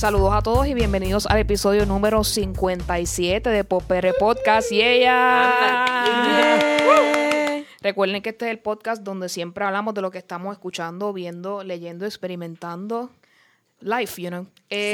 Saludos a todos y bienvenidos al episodio número 57 de PopR Podcast. Recuerden que este es el podcast donde siempre hablamos de lo que estamos escuchando, viendo, leyendo, experimentando. Life, you know.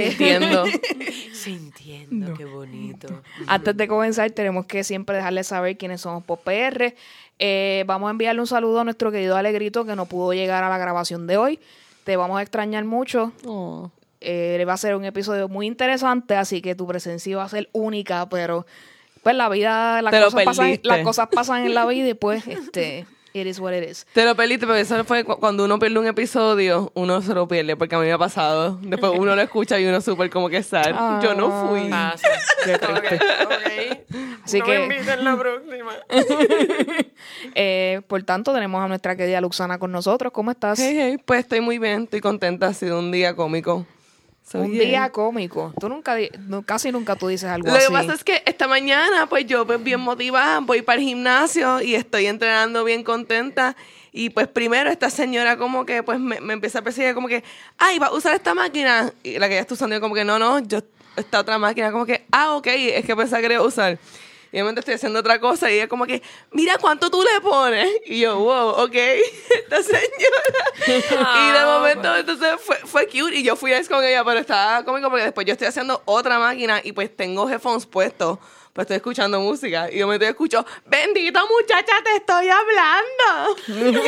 Sintiendo, qué bonito. Antes de comenzar, tenemos que siempre dejarles saber quiénes somos PopR. Vamos a enviarle un saludo a nuestro querido Alegrito que no pudo llegar a la grabación de hoy. Te vamos a extrañar mucho. Oh. Va a ser un episodio muy interesante, así que tu presencia va a ser única, pero pues la vida, las cosas pasan en la vida y pues it is what it is. Te lo perdiste, porque eso fue cuando uno pierde un episodio, uno se lo pierde, porque a mí me ha pasado. Después uno lo escucha y uno súper como que sad. Yo no fui. Qué triste. Okay. Así no que me inviten la próxima. Por tanto, tenemos a nuestra querida Luxana con nosotros. ¿Cómo estás? Hey, pues estoy muy bien, estoy contenta. Ha sido un día cómico. Día cómico. Tú casi nunca tú dices algo así. Lo que así. pasa es que esta mañana, pues yo pues, bien motivada, voy para el gimnasio y estoy entrenando bien contenta. Y pues primero esta señora como que pues me empieza a perseguir como que, ay, ¿va a usar esta máquina? Y la que ella está usando yo como que, no, yo esta otra máquina como que, ok, es que pensaba que quería usar. Y de momento estoy haciendo otra cosa y ella como que, mira cuánto tú le pones. Y yo, wow, ok, esta señora. Y de momento entonces fue cute y yo fui a con ella, pero estaba cómico porque después yo estoy haciendo otra máquina y pues tengo headphones puestos, pues estoy escuchando música. Y yo me escucho, bendito muchacha, te estoy hablando.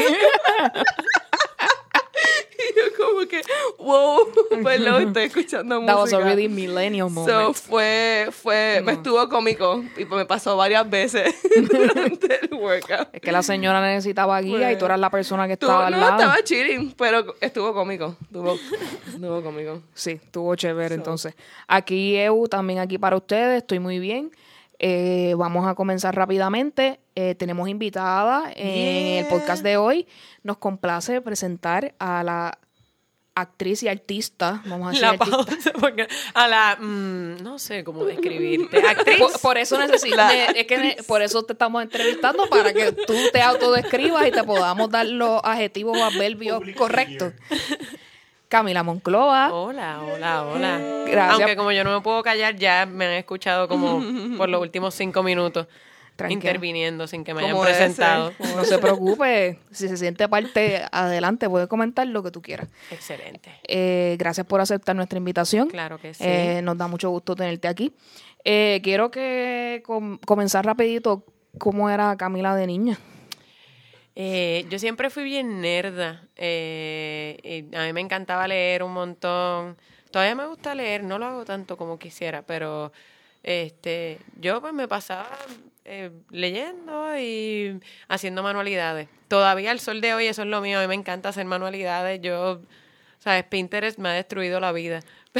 Y yo como que, wow, pues lo estoy escuchando música. That was a really millennial moment. Me estuvo cómico y pues me pasó varias veces durante el workout. Es que la señora necesitaba guía y tú eras la persona que estaba al lado. No, estaba chilling, pero estuvo cómico. Estuvo cómico. Sí, estuvo chévere. Entonces, aquí también aquí para ustedes, estoy muy bien. Vamos a comenzar rápidamente. Tenemos invitada en el podcast de hoy. Nos complace presentar a la actriz y artista, vamos a decir artista. Porque a la, no sé cómo describirte, actriz. Por eso por eso te estamos entrevistando, para que tú te autodescribas y te podamos dar los adjetivos o adverbios correctos. Camila Monclova. Hola. Gracias. Aunque como yo no me puedo callar, ya me han escuchado como por los últimos 5 minutos. Tranquila. Interviniendo sin que me hayan presentado. No se preocupe, si se siente parte, adelante, puede comentar lo que tú quieras. Excelente. Gracias por aceptar nuestra invitación. Claro que sí. Nos da mucho gusto tenerte aquí. Quiero que comenzar rapidito, ¿cómo era Camila de niña? Yo siempre fui bien nerda. A mí me encantaba leer un montón. Todavía me gusta leer, no lo hago tanto como quisiera, pero yo pues me pasaba leyendo y haciendo manualidades. Todavía al sol de hoy eso es lo mío. A mí me encanta hacer manualidades. ¿Sabes? Pinterest me ha destruido la vida.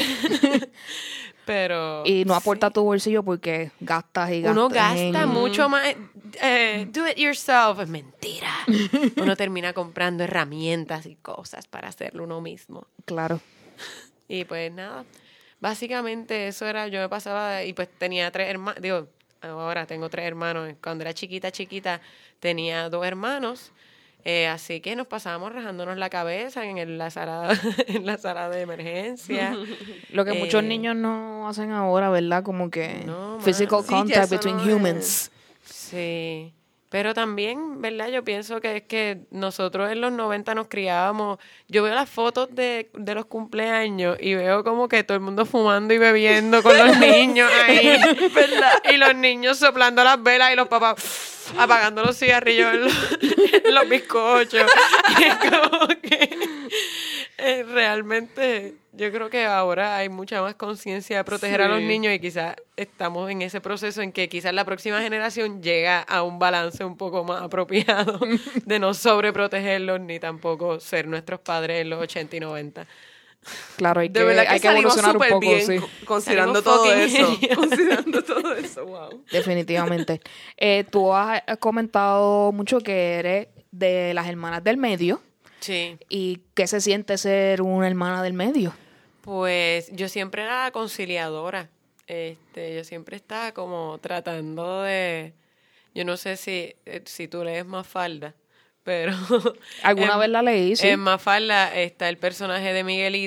Pero y no aporta a tu bolsillo porque gastas y gastas. Uno gasta mucho más. Do it yourself. Es mentira. Uno termina comprando herramientas y cosas para hacerlo uno mismo. Claro. Y pues nada. Básicamente eso era. Yo me pasaba y pues tenía 3 hermanos. Digo, ahora tengo 3 hermanos. Cuando era chiquita, tenía 2 hermanos. Así que nos pasábamos rajándonos la cabeza en la sala de emergencia. Lo que muchos niños no hacen ahora, ¿verdad? Como que physical contact between humans. Sí. Pero también, ¿verdad? Yo pienso que es que nosotros en los 90 nos criábamos. Yo veo las fotos de los cumpleaños y veo como que todo el mundo fumando y bebiendo con los niños ahí, ¿verdad? Y los niños soplando las velas y los papás apagando los cigarrillos en los bizcochos. Y es como que realmente yo creo que ahora hay mucha más conciencia de proteger a los niños y quizás estamos en ese proceso en que quizás la próxima generación llega a un balance un poco más apropiado de no sobreprotegerlos ni tampoco ser nuestros padres en los 80 y 90. Claro, hay que evolucionar un poco, bien, sí. Considerando todo eso, wow. Definitivamente. Tú has comentado mucho que eres de las hermanas del medio. Sí. ¿Y qué se siente ser una hermana del medio? Pues yo siempre era conciliadora. Yo siempre estaba como tratando de... Yo no sé si tú lees Mafalda, pero... ¿Alguna vez la leí? Sí. En Mafalda está el personaje de Miguelito,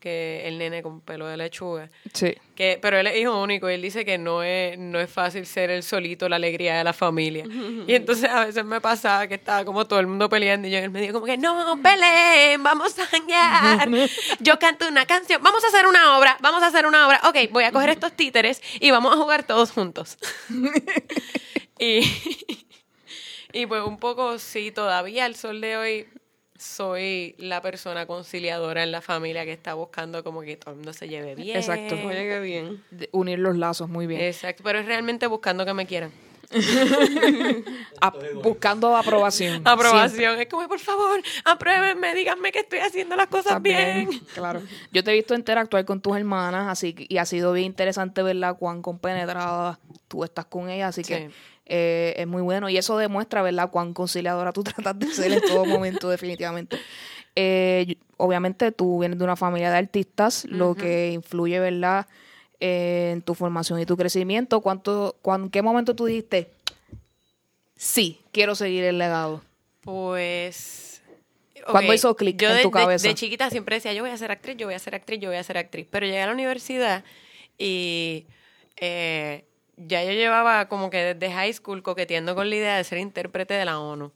que el nene con pelo de lechuga. Sí. Pero él es hijo único y él dice que no es fácil ser él solito la alegría de la familia. Y entonces a veces me pasaba que estaba como todo el mundo peleando y yo en el medio como que no peleen, vamos a janguear. Yo canto una canción, vamos a hacer una obra. Ok, voy a coger estos títeres y vamos a jugar todos juntos. Y pues un poco sí, todavía al sol de hoy soy la persona conciliadora en la familia que está buscando como que todo el mundo se lleve bien. Exacto. Oye, qué bien. Unir los lazos, muy bien. Exacto, pero es realmente buscando que me quieran. Buscando aprobación. Aprobación. Siempre. Es como, por favor, apruébenme, díganme que estoy haciendo las cosas bien. Claro. Yo te he visto interactuar con tus hermanas, y ha sido bien interesante verla cuán compenetrada tú estás con ellas, así que es muy bueno. Y eso demuestra, ¿verdad?, cuán conciliadora tú tratas de ser en todo momento, definitivamente. Obviamente tú vienes de una familia de artistas, lo que influye, ¿verdad?, en tu formación y tu crecimiento. ¿En qué momento tú dijiste, sí, quiero seguir el legado? Pues... ¿Cuándo hizo clic en tu cabeza? De chiquita siempre decía, yo voy a ser actriz. Pero llegué a la universidad y ya yo llevaba como que desde high school coqueteando con la idea de ser intérprete de la ONU.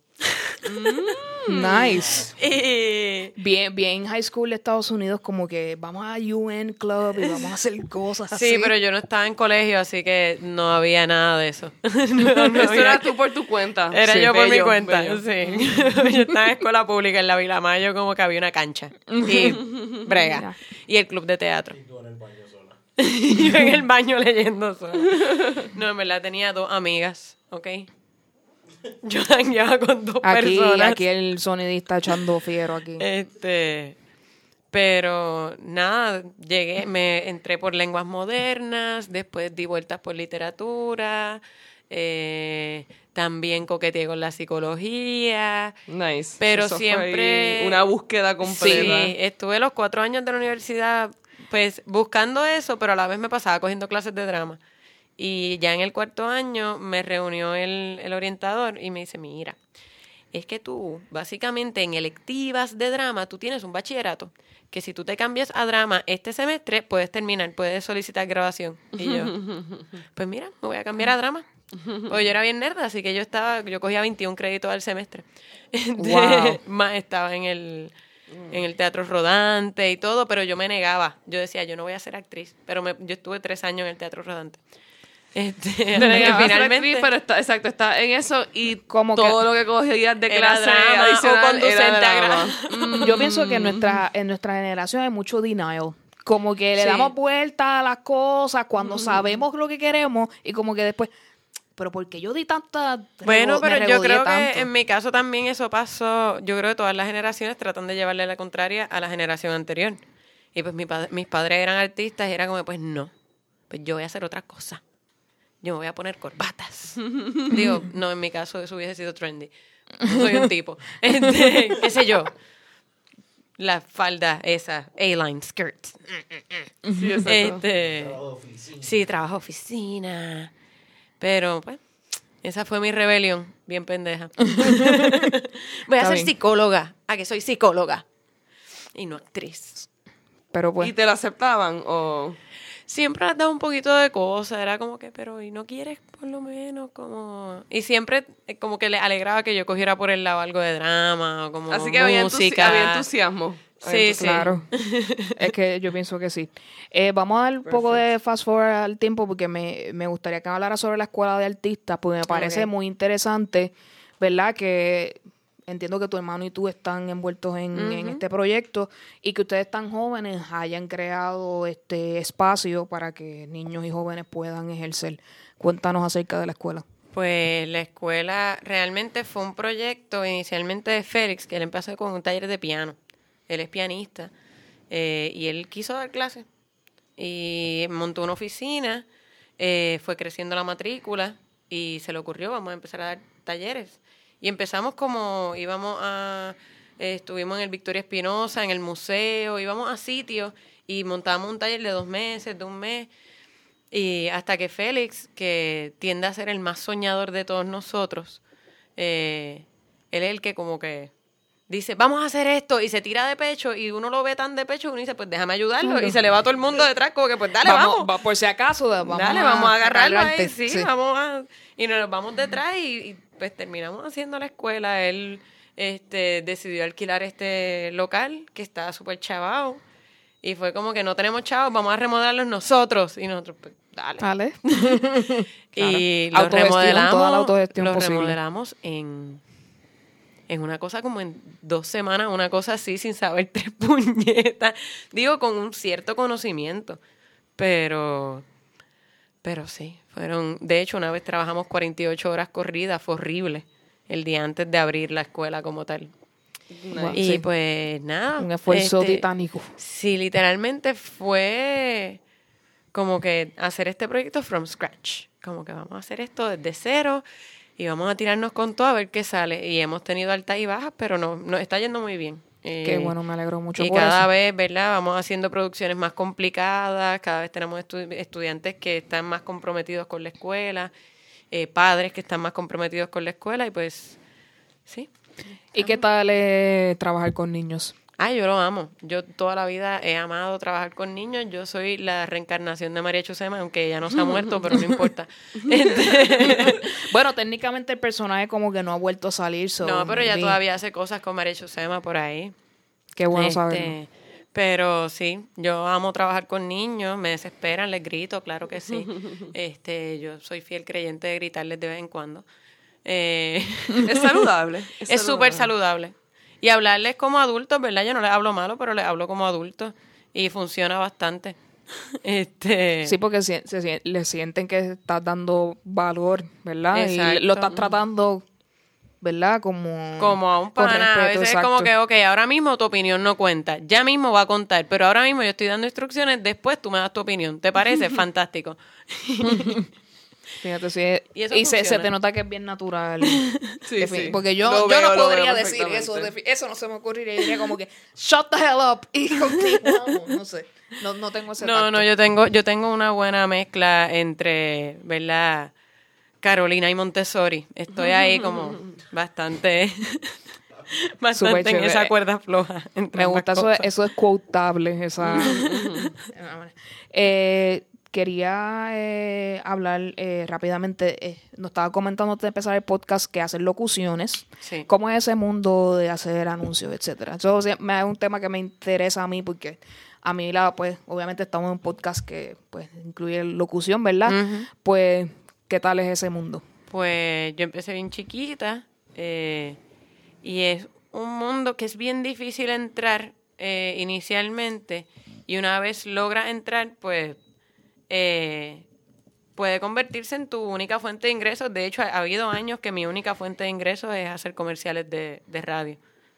Nice. Y Bien high school de Estados Unidos, como que vamos a UN Club y vamos a hacer cosas así. sí, pero yo no estaba en colegio, así que no había nada de eso. Eso era tú por tu cuenta. Era Sí, yo por mi bello, cuenta, bello. sí. Yo estaba en escuela pública en la Vilamayo, como que había una cancha. Y brega. Y el club de teatro. Y tú en el baño sola. Yo en el baño leyendo sola. No, en verdad tenía 2 amigas, ¿ok? Yo jangueaba con 2 personas. Aquí el sonidista echando fiero aquí. Pero nada, me entré por lenguas modernas, después di vueltas por literatura, también coqueteé con la psicología. Nice. Pero Eso fue siempre... ahí una búsqueda completa. Sí, estuve los 4 años de la universidad pues buscando eso, pero a la vez me pasaba cogiendo clases de drama. Y ya en el 4º año me reunió el orientador y me dice, mira, es que tú, básicamente en electivas de drama, tú tienes un bachillerato, que si tú te cambias a drama este semestre, puedes solicitar graduación. Y yo, pues mira, me voy a cambiar a drama. Pues yo era bien nerd, así que yo cogía 21 créditos al semestre. Wow. Más estaba en el teatro rodante y todo, pero yo me negaba. Yo decía, yo no voy a ser actriz, pero yo estuve 3 años en el teatro rodante. Te negabas a ser actriz, pero está en eso y Como todo que lo que cogías de era clase drama adicional o conducente era a drama. yo pienso que en nuestra generación hay mucho denial. Como que le Sí. damos vuelta a las cosas cuando sabemos lo que queremos y como que después, pero ¿por qué yo di tanta... Bueno, me pero yo regodeé creo tanto? que en mi caso también eso pasó. Yo creo que todas las generaciones tratan de llevarle la contraria a la generación anterior. Y pues mis padres eran artistas y era como, pues no, pues yo voy a hacer otra cosa. Yo me voy a poner corbatas. Digo, no, en mi caso eso hubiese sido trendy. No soy un tipo. Qué sé yo. La falda esa, A-line skirt. Sí, exacto. Trabajo de oficina. Sí, trabajo oficina. Pero, pues, esa fue mi rebelión, bien pendeja. Voy a Está ser bien. psicóloga. ¿A que soy psicóloga? Y no actriz. Pero pues, ¿Y te lo aceptaban o...? Siempre has dado un poquito de cosas. Era como que, pero ¿y no quieres por lo menos como...? Y siempre como que le alegraba que yo cogiera por el lado algo de drama o como Así que había música. entusiasmo. Sí, sí. claro. Es que yo pienso que sí. Vamos a dar un poco de fast forward al tiempo porque me gustaría que hablara sobre la escuela de artistas porque me parece Ok. muy interesante, ¿verdad? Que entiendo que tu hermano y tú están envueltos en este proyecto y que ustedes tan jóvenes hayan creado este espacio para que niños y jóvenes puedan ejercer. Cuéntanos acerca de la escuela. Pues la escuela realmente fue un proyecto inicialmente de Félix, que él empezó con un taller de piano. Él es pianista y él quiso dar clases y montó una oficina, fue creciendo la matrícula y se le ocurrió, vamos a empezar a dar talleres. Y empezamos como estuvimos en el Victoria Espinosa, en el museo, íbamos a sitios y montábamos un taller de 2 meses, de 1 mes. Y hasta que Félix, que tiende a ser el más soñador de todos nosotros, él es el que como que dice, vamos a hacer esto, y se tira de pecho, y uno lo ve tan de pecho, y uno dice, pues déjame ayudarlo, y se le va todo el mundo detrás, como que pues dale, vamos. Por si acaso, vamos vamos a agarrarlo agarrarte. ahí, sí, vamos a... Y nos vamos detrás, y pues terminamos haciendo la escuela. Él decidió alquilar este local, que está súper chavado, y fue como que no tenemos chavos, vamos a remodelarlos nosotros, y nosotros, pues dale. Y claro. Toda la autogestión los posible. remodelamos en una cosa como en 2 semanas, una cosa así, sin saber 3 puñetas. Digo, con un cierto conocimiento. Pero sí, de hecho, una vez trabajamos 48 horas corridas, fue horrible, el día antes de abrir la escuela como tal. Wow, Y sí. pues nada. Un esfuerzo titánico. Sí, literalmente fue como que hacer este proyecto from scratch. Como que vamos a hacer esto desde cero y vamos a tirarnos con todo a ver qué sale. Y hemos tenido altas y bajas, pero nos está yendo muy bien. Qué bueno, me alegro mucho Y por cada eso. vez, ¿verdad? Vamos haciendo producciones más complicadas, cada vez tenemos estudiantes que están más comprometidos con la escuela, padres que están más comprometidos con la escuela y pues, sí. ¿Y qué tal trabajar con niños? Ay, yo lo amo. Yo toda la vida he amado trabajar con niños. Yo soy la reencarnación de María Chusema, aunque ella no se ha muerto, pero no importa. Bueno, técnicamente el personaje como que no ha vuelto a salir. No, pero ella maybe. todavía hace cosas con María Chusema por ahí. Qué bueno saberlo. Pero sí, yo amo trabajar con niños, me desesperan, les grito, claro que sí. Yo soy fiel creyente de gritarles de vez en cuando. Es saludable. Es súper saludable. Y hablarles como adultos, ¿verdad? Yo no les hablo malo, pero les hablo como adultos. Y funciona bastante. Sí, porque le sienten que estás dando valor, ¿verdad? Exacto. Y lo estás tratando, ¿verdad? Como a un con pana. respeto, A veces exacto. es como que, ok, ahora mismo tu opinión no cuenta. Ya mismo va a contar. Pero ahora mismo yo estoy dando instrucciones, después tú me das tu opinión. ¿Te parece? Fantástico. Fíjate, sí. Y eso Se funciona. te nota que es bien natural. Sí, sí. Porque yo Lo veo, no lo podría veo decir eso. perfectamente. Eso no se me ocurriría. Yo diría como que, shut the hell up. Y continuamos. No sé. No tengo ese tacto. No, yo tengo una buena mezcla entre, ¿verdad? Carolina y Montessori. Estoy ahí como bastante Súper en chévere. esa cuerda floja. entre Me ambas gusta, cosas. eso es quotable. Quería hablar rápidamente. Nos estaba comentando antes de empezar el podcast que hacen locuciones. Sí. ¿Cómo es ese mundo de hacer anuncios, etcétera? Eso es un tema que me interesa a mí porque a mí, pues, obviamente estamos en un podcast que pues incluye locución, ¿verdad? Ujú. Pues, ¿qué tal es ese mundo? Pues yo empecé bien chiquita y es un mundo que es bien difícil entrar inicialmente y una vez logras entrar, pues puede convertirse en tu única fuente de ingresos. De hecho, ha habido años que mi única fuente de ingresos es hacer comerciales de radio.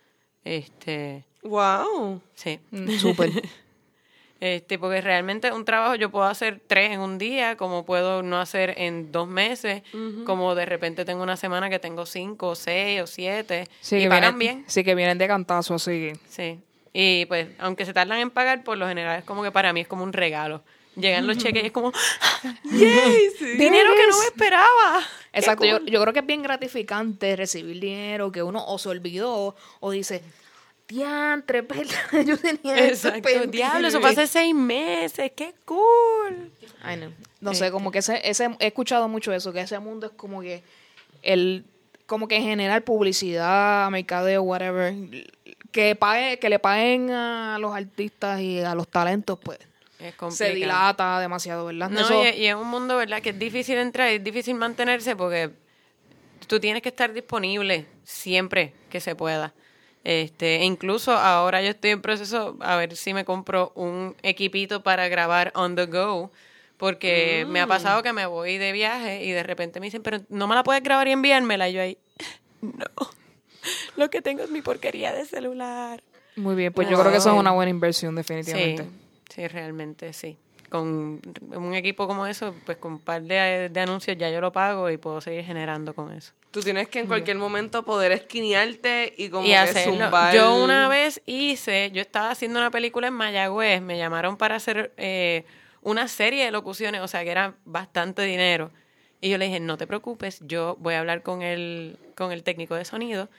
Wow. Sí. Súper. Porque realmente un trabajo yo puedo hacer 3 en un día, como puedo no hacer en 2 meses, como de repente tengo una semana que tengo 5, o 6 o 7 Sí, y que pagan vienen, bien. sí, que vienen de cantazo, así. Sí. Y pues, aunque se tardan en pagar, por lo general es como que para mí es como un regalo. Llegan los cheques y es como dinero que no me esperaba. Exacto, Qué cool. yo creo que es bien gratificante recibir dinero que uno o se olvidó o dice, diantre, ¿verdad? Yo tenía eso Exacto. pendiente". Diablo, eso fue hace 6 meses. ¡Qué cool! Ay, no sé, como que ese he escuchado mucho eso, que ese mundo es como que como que generar publicidad, mercadeo, whatever, que le paguen a los artistas y a los talentos, pues Es complicado. se dilata demasiado, ¿verdad? No, Eso- y es un mundo, ¿verdad? Que es difícil entrar, es difícil mantenerse porque tú tienes que estar disponible siempre que se pueda. Incluso ahora yo estoy en proceso a ver si me compro un equipito para grabar on the go, porque me ha pasado que me voy de viaje y de repente me dicen, pero no me la puedes grabar y enviármela. Y yo ahí, no, lo que tengo es mi porquería de celular. Muy bien, pues yo creo que eso es una buena inversión, definitivamente. Sí, realmente sí. Con un equipo como eso, pues con un par de anuncios ya yo lo pago y puedo seguir generando con eso. Tú tienes que en cualquier momento poder esquinearte y como Y que hacerlo. zumbar. Yo una vez yo estaba haciendo una película en Mayagüez, me llamaron para hacer una serie de locuciones, o sea que era bastante dinero. Y yo le dije, no te preocupes, yo voy a hablar con el técnico de sonido,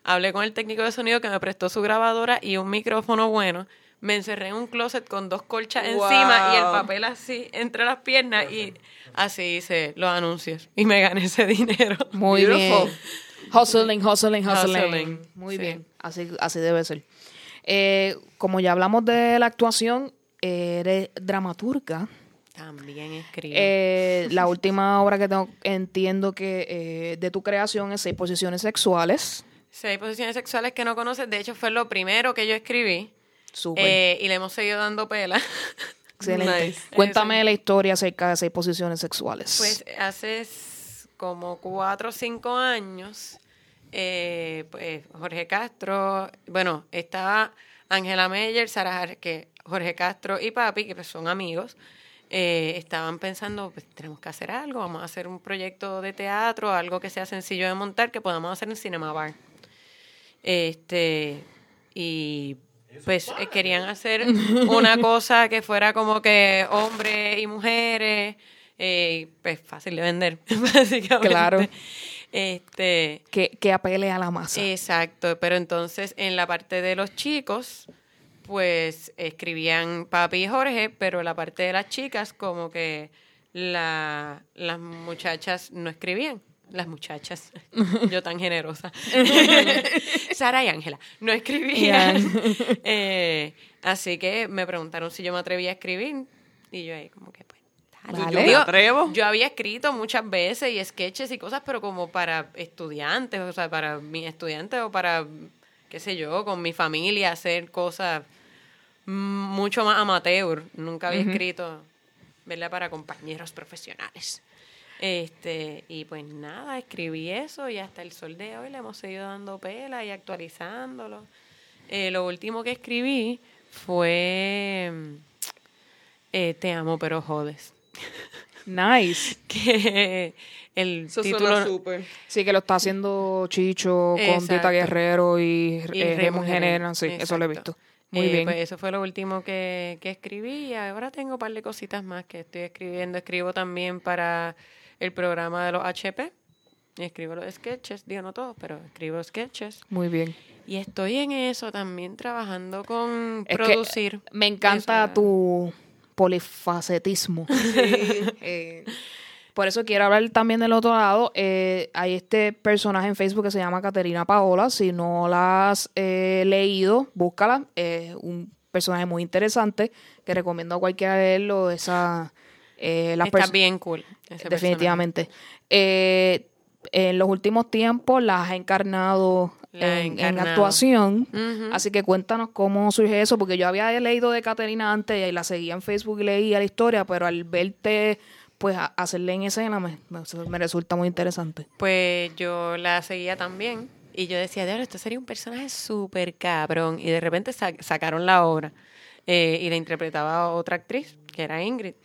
hablé con el técnico de sonido que me prestó su grabadora y un micrófono bueno. Me encerré en un closet con 2 colchas encima y el papel así entre las piernas y así hice los anuncios y me gané ese dinero. Muy Beautiful. bien. Hustling. Hustling, Muy sí. bien. Así debe ser. Como ya hablamos de la actuación, eres dramaturga. También escribo. La última obra que entiendo que de tu creación es 6 posiciones sexuales. 6 posiciones sexuales que no conoces. De hecho, fue lo primero que yo escribí. Súper. Y le hemos seguido dando pela. Excelente. Nice. Cuéntame la historia acerca de 6 posiciones sexuales. Pues hace como 4 o 5 años, pues Jorge Castro, bueno, estaba Ángela Meyer, Sara Jarque, Jorge Castro y Papi, que pues son amigos, estaban pensando, pues tenemos que hacer algo, vamos a hacer un proyecto de teatro, algo que sea sencillo de montar, que podamos hacer en Cinema Bar. Y pues querían hacer una cosa que fuera como que hombres y mujeres, pues fácil de vender, básicamente. Claro. Que apele a la masa. Exacto, pero entonces en la parte de los chicos, pues escribían Papi y Jorge, pero la parte de las chicas como que las muchachas no escribían. Las muchachas, yo tan generosa. Sara y Ángela no escribían. Así que me preguntaron si yo me atrevía a escribir y yo ahí como que pues dale. Vale. Yo me atrevo. Yo había escrito muchas veces y sketches y cosas, pero como para estudiantes, o sea, para mis estudiantes o para, qué sé yo, con mi familia, hacer cosas mucho más amateur. Nunca había escrito, ¿verdad? Para compañeros profesionales. Y pues nada, escribí eso y hasta el sol de hoy le hemos seguido dando pela y actualizándolo. Lo último que escribí fue Te amo pero jodes. Nice. Que el Eso título suena súper. Sí, que lo está haciendo Chicho con Exacto. Tita Guerrero y Raymond General. General. Sí, eso lo he Exacto. visto. Muy bien. Pues eso fue lo último que escribí y ahora tengo un par de cositas más que estoy escribiendo. Escribo también para el programa de los HP. Escribo los sketches, digo no todos, pero escribo sketches. Muy bien. Y estoy en eso también trabajando con Es producir. que me encanta Eso, tu polifacetismo. Por eso quiero hablar también del otro lado. Hay este personaje en Facebook que se llama Caterina Paola. Si no la has leído, búscala. Un personaje muy interesante que recomiendo a cualquiera leerlo. Está bien cool. ese definitivamente. En los últimos tiempos las ha encarnado en actuación. Ujú. Así que cuéntanos cómo surge eso, porque yo había leído de Caterina antes y la seguía en Facebook y leía la historia, pero al verte pues hacerle en escena me resulta muy interesante. Pues yo la seguía también y yo decía, diablo, esto sería un personaje súper cabrón. Y de repente sacaron la obra y la interpretaba otra actriz, que era Ingrid.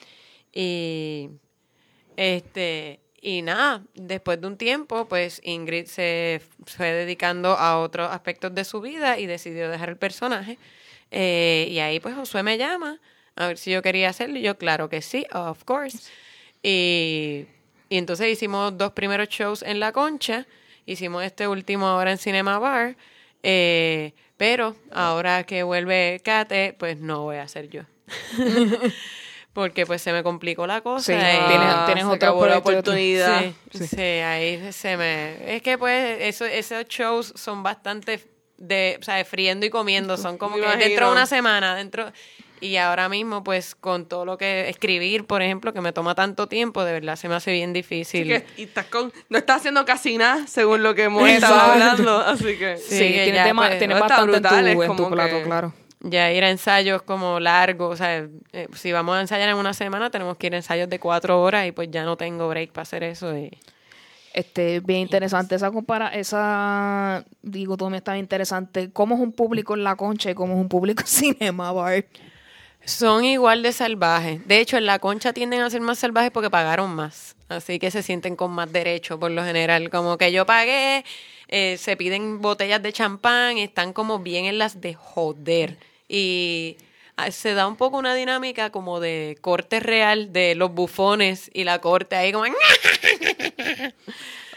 Y nada, después de un tiempo, pues Ingrid se fue dedicando a otros aspectos de su vida y decidió dejar el personaje. Y ahí pues Josué me llama a ver si yo quería hacerlo y yo, claro que sí, of course. Y entonces hicimos 2 primeros shows en La Concha, hicimos este último ahora en Cinema Bar, pero ahora que vuelve Kate, pues no voy a hacer yo. Porque pues se me complicó la cosa. Sí, y- tienes se otra acabó la oportunidad. oportunidad. Sí, ahí se me... Es que pues esos shows son bastante o sea, de friendo y comiendo, son como Me que imagino. dentro de una semana, y ahora mismo pues con todo lo que escribir, por ejemplo, que me toma tanto tiempo, de verdad se me hace bien difícil. Así que, no estás haciendo casi nada, según lo que hemos Exacto. estado hablando, así que... Sí, Sí, que tienes ya, pues, tienes no, está bastante brutal, es en tu como plato, que- claro. Ya ir a ensayos como largos, o sea, si vamos a ensayar en una semana, tenemos que ir a ensayos de 4 horas y pues ya no tengo break para hacer eso. Bien interesante esa dicotomía está bien interesante. ¿Cómo es un público en La Concha y cómo es un público en Cinema Bar? Son igual de salvajes. De hecho, en La Concha tienden a ser más salvajes porque pagaron más. Así que se sienten con más derecho por lo general. Como que yo pagué, se piden botellas de champán y están como bien en las de joder. Y se da un poco una dinámica como de corte real de los bufones y la corte ahí como...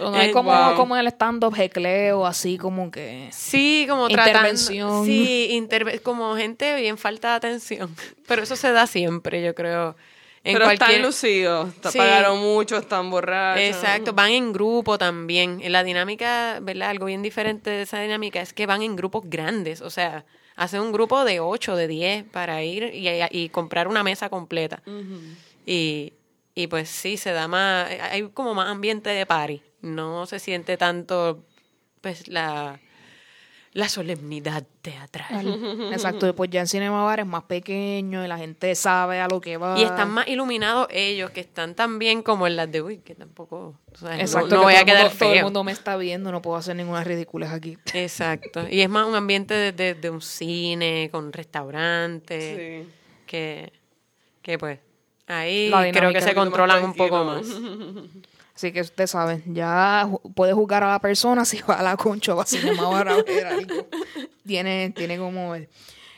No es como, Wow. como en el stand-up hecleo, así como que... Sí, como Intervención. tratando. Sí, como gente bien falta de atención. Pero eso se da siempre, yo creo. En Pero cualquier... están lucidos, Sí. pagaron mucho, están borrachos. Exacto, van en grupo también. En la dinámica, ¿verdad? Algo bien diferente de esa dinámica es que van en grupos grandes. O sea, hacen un grupo de 8, de 10 para ir y comprar una mesa completa. Y pues sí, se da más, hay como más ambiente de party. No se siente tanto pues la solemnidad teatral. Exacto, después ya en Cinema Bar es más pequeño y la gente sabe a lo que va. Y están más iluminados ellos, que están tan bien como en las de uy, que tampoco, o sea, Exacto, no que voy todo a el quedar mundo, todo el feo. mundo me está viendo, no puedo hacer ninguna ridiculez aquí. Exacto. Y es más un ambiente de un cine, con restaurantes, Sí. que pues ahí La dinámica creo que es se un poquito controlan más un poco tranquilo. más. Así que ustedes saben, ya puede juzgar a la persona si va a la Concha o a Cinema Bar a ver algo. Tiene como ver.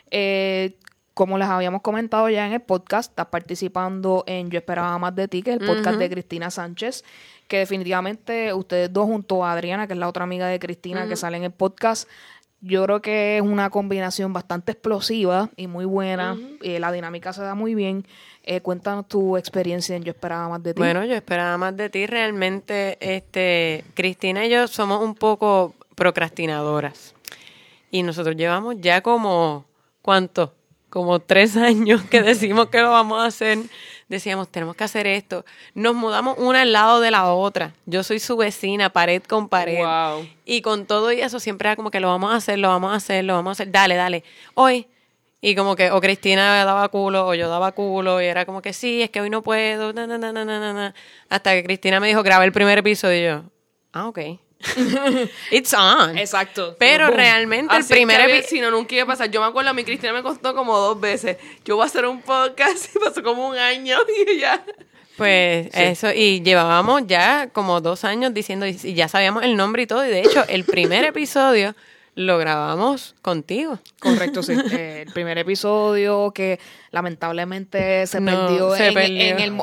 Como les habíamos comentado ya en el podcast, estás participando en Yo Esperaba Más de Ti, que es el podcast de Cristina Sánchez, que definitivamente ustedes dos junto a Adriana, que es la otra amiga de Cristina que sale en el podcast, yo creo que es una combinación bastante explosiva y muy buena. La dinámica se da muy bien. Cuéntanos tu experiencia en Yo Esperaba Más de Ti. Bueno, yo esperaba más de ti. Realmente, Cristina y yo somos un poco procrastinadoras. Y nosotros llevamos ya como, ¿cuánto? Como 3 años que decimos que lo vamos a hacer. Decíamos, tenemos que hacer esto. Nos mudamos una al lado de la otra. Yo soy su vecina, pared con pared. Wow. Y con todo y eso siempre era como que lo vamos a hacer, lo vamos a hacer, lo vamos a hacer. Dale, hoy. Y como que o Cristina daba culo o yo daba culo y era como que sí, es que hoy no puedo. Hasta que Cristina me dijo, graba el primer episodio y yo, ok. It's on. Exacto. Pero Boom. realmente Así el primer es que episodio... si no, nunca iba a pasar. Yo me acuerdo, a mi Cristina me costó como 2 veces. Yo voy a hacer un podcast y pasó como 1 año y ya. Pues eso, y llevábamos ya como 2 años diciendo, y ya sabíamos el nombre y todo, y de hecho el primer episodio lo grabamos contigo. Correcto, sí. El primer episodio que lamentablemente se No, perdió, se en, perdió.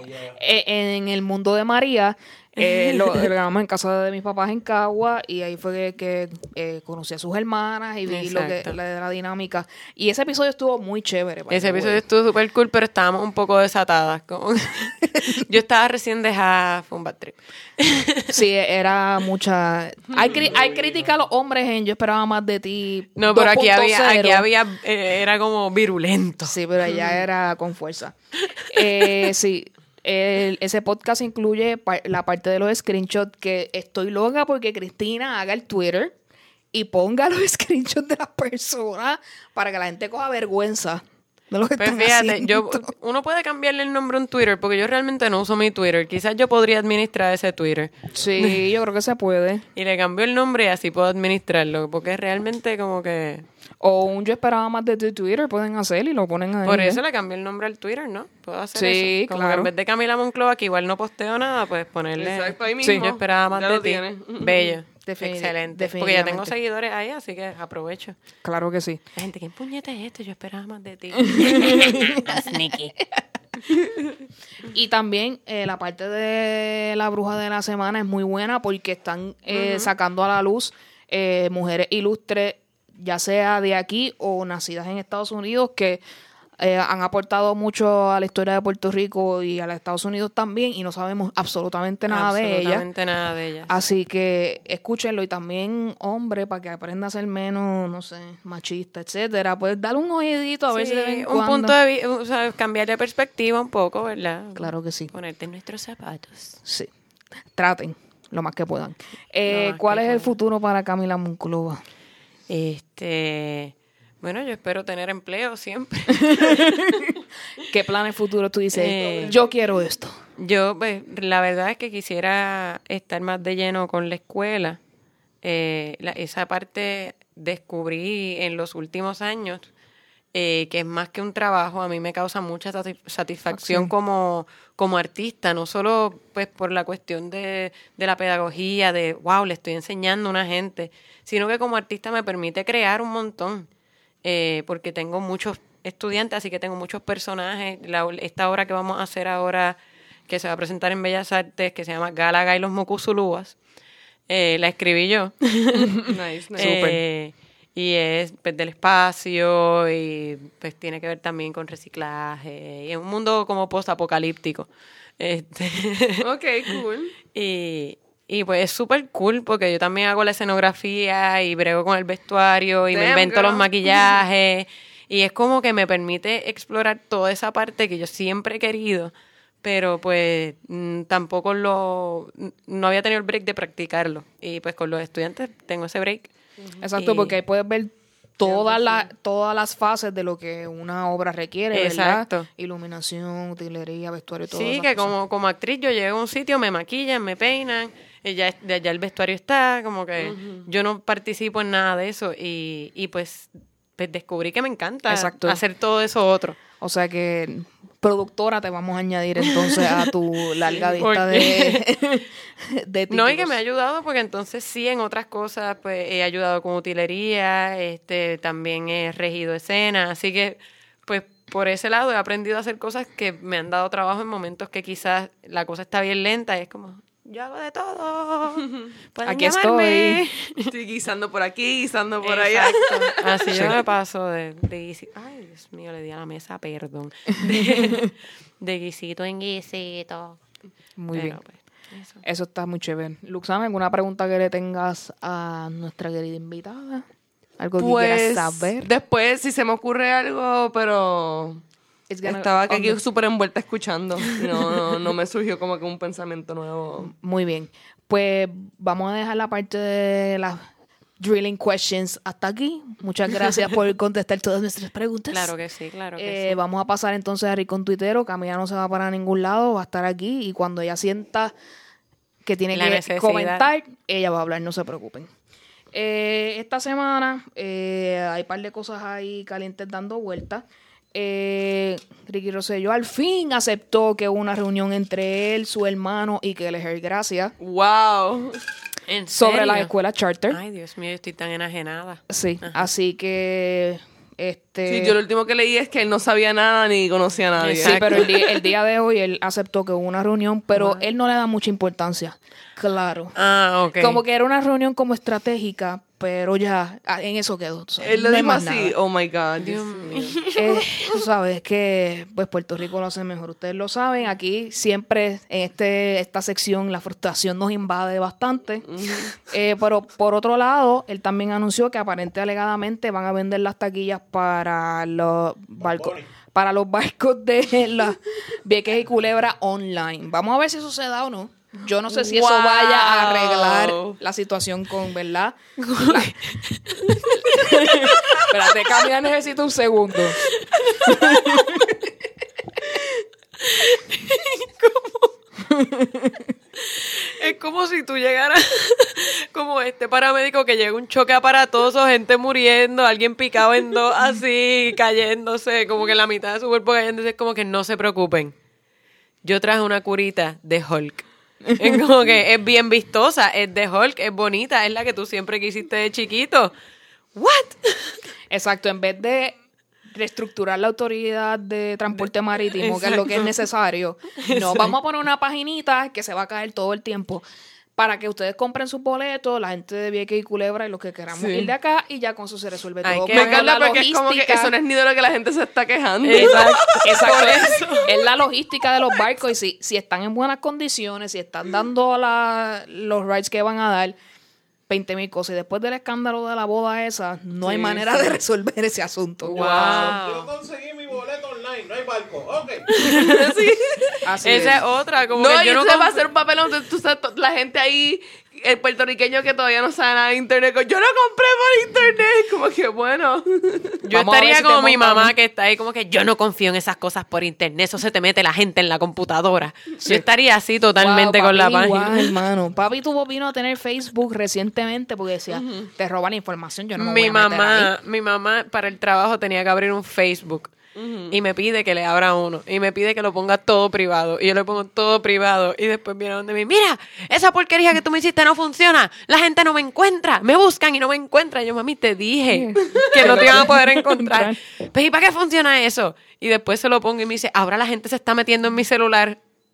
en el mundo de María. Lo grabamos en casa de mis papás en Cagua y ahí fue que conocí a sus hermanas y vi lo que Exacto. la dinámica. Y ese episodio estuvo muy chévere. by Ese the way. episodio estuvo súper cool, pero estábamos un poco desatadas. Yo estaba recién dejada, fue un bad trip. Sí, era mucha... Hay crítica a los hombres en Yo Esperaba Más de Ti. No, pero aquí 2.0. había era como virulento. Sí, pero allá era con fuerza. Sí, ese podcast incluye la parte de los screenshots que estoy loca porque Cristina haga el Twitter y ponga los screenshots de las personas para que la gente coja vergüenza de lo que Pues están fíjate, haciendo. uno puede cambiarle el nombre a un Twitter, porque yo realmente no uso mi Twitter. Quizás yo podría administrar ese Twitter. Sí, yo creo que se puede. Y le cambio el nombre y así puedo administrarlo, porque realmente como que... O un Yo Esperaba Más de Ti Twitter pueden hacer y lo ponen ahí. Por ¿eh? eso le cambié el nombre al Twitter, ¿no? Puedo hacer Sí, eso. Como claro. que en vez de Camila Monclova, que igual no posteo nada, pues ponerle... Exacto, ahí mismo. Yo esperaba más Ya de lo ti. tienes. Bello. Definitivamente. Excelente. Porque ya tengo seguidores ahí, así que aprovecho. Claro que sí. La gente, ¿quién puñete es este? Yo esperaba más de ti. Sneaky. Y también la parte de la bruja de la semana es muy buena porque están sacando a la luz mujeres ilustres, ya sea de aquí o nacidas en Estados Unidos, que han aportado mucho a la historia de Puerto Rico y a los Estados Unidos también, y no sabemos absolutamente nada de ellas. Absolutamente nada de ellas. Así que escúchenlo, y también, hombre, para que aprenda a ser menos, no sé, machista, etcétera, pues dale un oídito a ver si de vez en un cuando. punto de vista, o sea, cambiar de perspectiva un poco, ¿verdad? Claro que sí. Ponerte en nuestros zapatos. Sí, traten lo más que puedan. más ¿Cuál que es el puedan. futuro para Camila Monclova? Bueno, yo espero tener empleo siempre. ¿Qué planes futuros tú dices? Eh, Yo quiero esto. Yo, pues, la verdad es que quisiera estar más de lleno con la escuela. Esa parte descubrí en los últimos años, que es más que un trabajo, a mí me causa mucha satisfacción como artista, no solo pues por la cuestión de la pedagogía, de wow, le estoy enseñando a una gente, sino que como artista me permite crear un montón, porque tengo muchos estudiantes, así que tengo muchos personajes. Esta obra que vamos a hacer ahora, que se va a presentar en Bellas Artes, que se llama Gálaga y los Mocuzulúas, La escribí yo. Nice, nice. Y es pues, del espacio y pues tiene que ver también con reciclaje. Y es un mundo como post-apocalíptico. Ok, cool. Y pues es súper cool porque yo también hago la escenografía y brego con el vestuario y me Damn, invento girl. los maquillajes. Y es como que me permite explorar toda esa parte que yo siempre he querido, pero pues tampoco no había tenido el break de practicarlo. Y pues con los estudiantes tengo ese break. Exacto, Y- porque ahí puedes ver todas las fases de lo que una obra requiere, Exacto. ¿verdad? Iluminación, utilería, vestuario, todo Sí, esas que cosas. como actriz yo llego a un sitio, me maquillan, me peinan, y ya el vestuario está, como que yo no participo en nada de eso y pues descubrí que me encanta Exacto. hacer todo eso otro. O sea que, productora, te vamos a añadir entonces a tu larga ¿Por lista de No, y que títulos. me ha ayudado porque entonces sí, en otras cosas pues he ayudado con utilería, también he regido escenas, así que pues por ese lado he aprendido a hacer cosas que me han dado trabajo en momentos que quizás la cosa está bien lenta y es como, yo hago de todo, pueden Aquí llamarme. Sí, guisando por aquí, guisando por allá. Exacto. Así yo me paso de guisito. Ay, Dios mío, le di a la mesa, perdón. De guisito en guisito. Muy Pero, bien. pues, eso. Eso está muy chévere. Luxana, ¿alguna pregunta que le tengas a nuestra querida invitada? ¿Algo que Pues, quieras saber? después, si se me ocurre algo, pero It's gonna- estaba on aquí the- súper envuelta escuchando. No me surgió como que un pensamiento nuevo. Muy bien. Pues vamos a dejar la parte de las drilling questions hasta aquí. Muchas gracias por contestar todas nuestras preguntas. Claro que sí, claro que sí. Vamos a pasar entonces a Rincón Tuitero. Camila no se va para ningún lado, va a estar aquí y cuando ella sienta que tiene La que necesidad. comentar, ella va a hablar, no se preocupen. Esta semana hay un par de cosas ahí calientes dando vueltas. Ricky Rosselló al fin aceptó que hubo una reunión entre él, su hermano y Kelleher Gracia ¡Wow! ¿En sobre serio? las escuelas charter. Ay, Dios mío, yo estoy tan enajenada. Sí, así que Sí, yo lo último que leí es que él no sabía nada ni conocía a nadie. sí, Exacto. pero el día de hoy él aceptó que hubo una reunión, pero él no le da mucha importancia. Claro. Ah, ok. Como que era una reunión como estratégica, pero ya en eso quedó. tú sabes, Él lo no hay dijo más así, nada. oh my God. Dios mío. Tú sabes que pues Puerto Rico lo hace mejor. Ustedes lo saben. Aquí siempre en esta sección la frustración nos invade bastante. Pero por otro lado, él también anunció que aparentemente alegadamente van a vender las taquillas para los barcos. Para los barcos de las Vieques y Culebra online. Vamos a ver si eso se da o no. Yo no sé si eso Wow. vaya a arreglar la situación con, ¿verdad? Espérate, Camila, necesito un segundo. Es como si tú llegaras como este paramédico que llega un choque aparatoso, gente muriendo, alguien picado en dos, así, cayéndose, como que la mitad de su cuerpo cayéndose. Es como que no se preocupen. Yo traje una curita de Hulk. Es como que es bien vistosa, es de Hulk, es bonita, es la que tú siempre quisiste de chiquito. ¿What? Exacto, en vez de reestructurar la autoridad de transporte marítimo, que es lo que es Exacto. necesario, no, vamos a poner una paginita que se va a caer todo el tiempo para que ustedes compren sus boletos, la gente de Vieques y Culebra y los que queramos Sí. ir de acá y ya con eso se resuelve Ay, todo. qué Me Pero encanta la porque es como que logística- eso no es ni de lo que la gente se está quejando. Exacto, exacto. Por Es, eso. es la logística de los barcos y si están en buenas condiciones, si están dando los rides que van a dar, 20,000 cosas. Y después del escándalo de la boda esa, no hay Sí, manera sí. de resolver ese asunto. Wow. Yo conseguí mi boleto online, no hay barco. Ok. Así Esa es. es otra, como No, que y yo no se va a comp- hacer un papelón. Tú sabes, la gente ahí, el puertorriqueño que todavía no sabe nada de internet, yo lo compré por internet. Como que bueno. Yo Vamos a ver estaría si te como mi montamos. mamá que está ahí como que yo no confío en esas cosas por internet, eso se te mete la gente en la computadora. Yo estaría así totalmente Wow, con la papi, página. guau, hermano. Papi vino a tener Facebook recientemente porque decía, te roban la información, yo no me voy Mi a meter ahí. mi mamá para el trabajo tenía que abrir un Facebook y me pide que le abra uno y me pide que lo ponga todo privado y yo le pongo todo privado y después viene donde mí, mira, esa porquería que tú me hiciste no funciona, la gente no me encuentra, me buscan y no me encuentran. Yo, mami, te dije que no te iban a poder encontrar. Pues, ¿y para qué funciona eso? Y después se lo pongo y me dice, ahora la gente se está metiendo en mi celular.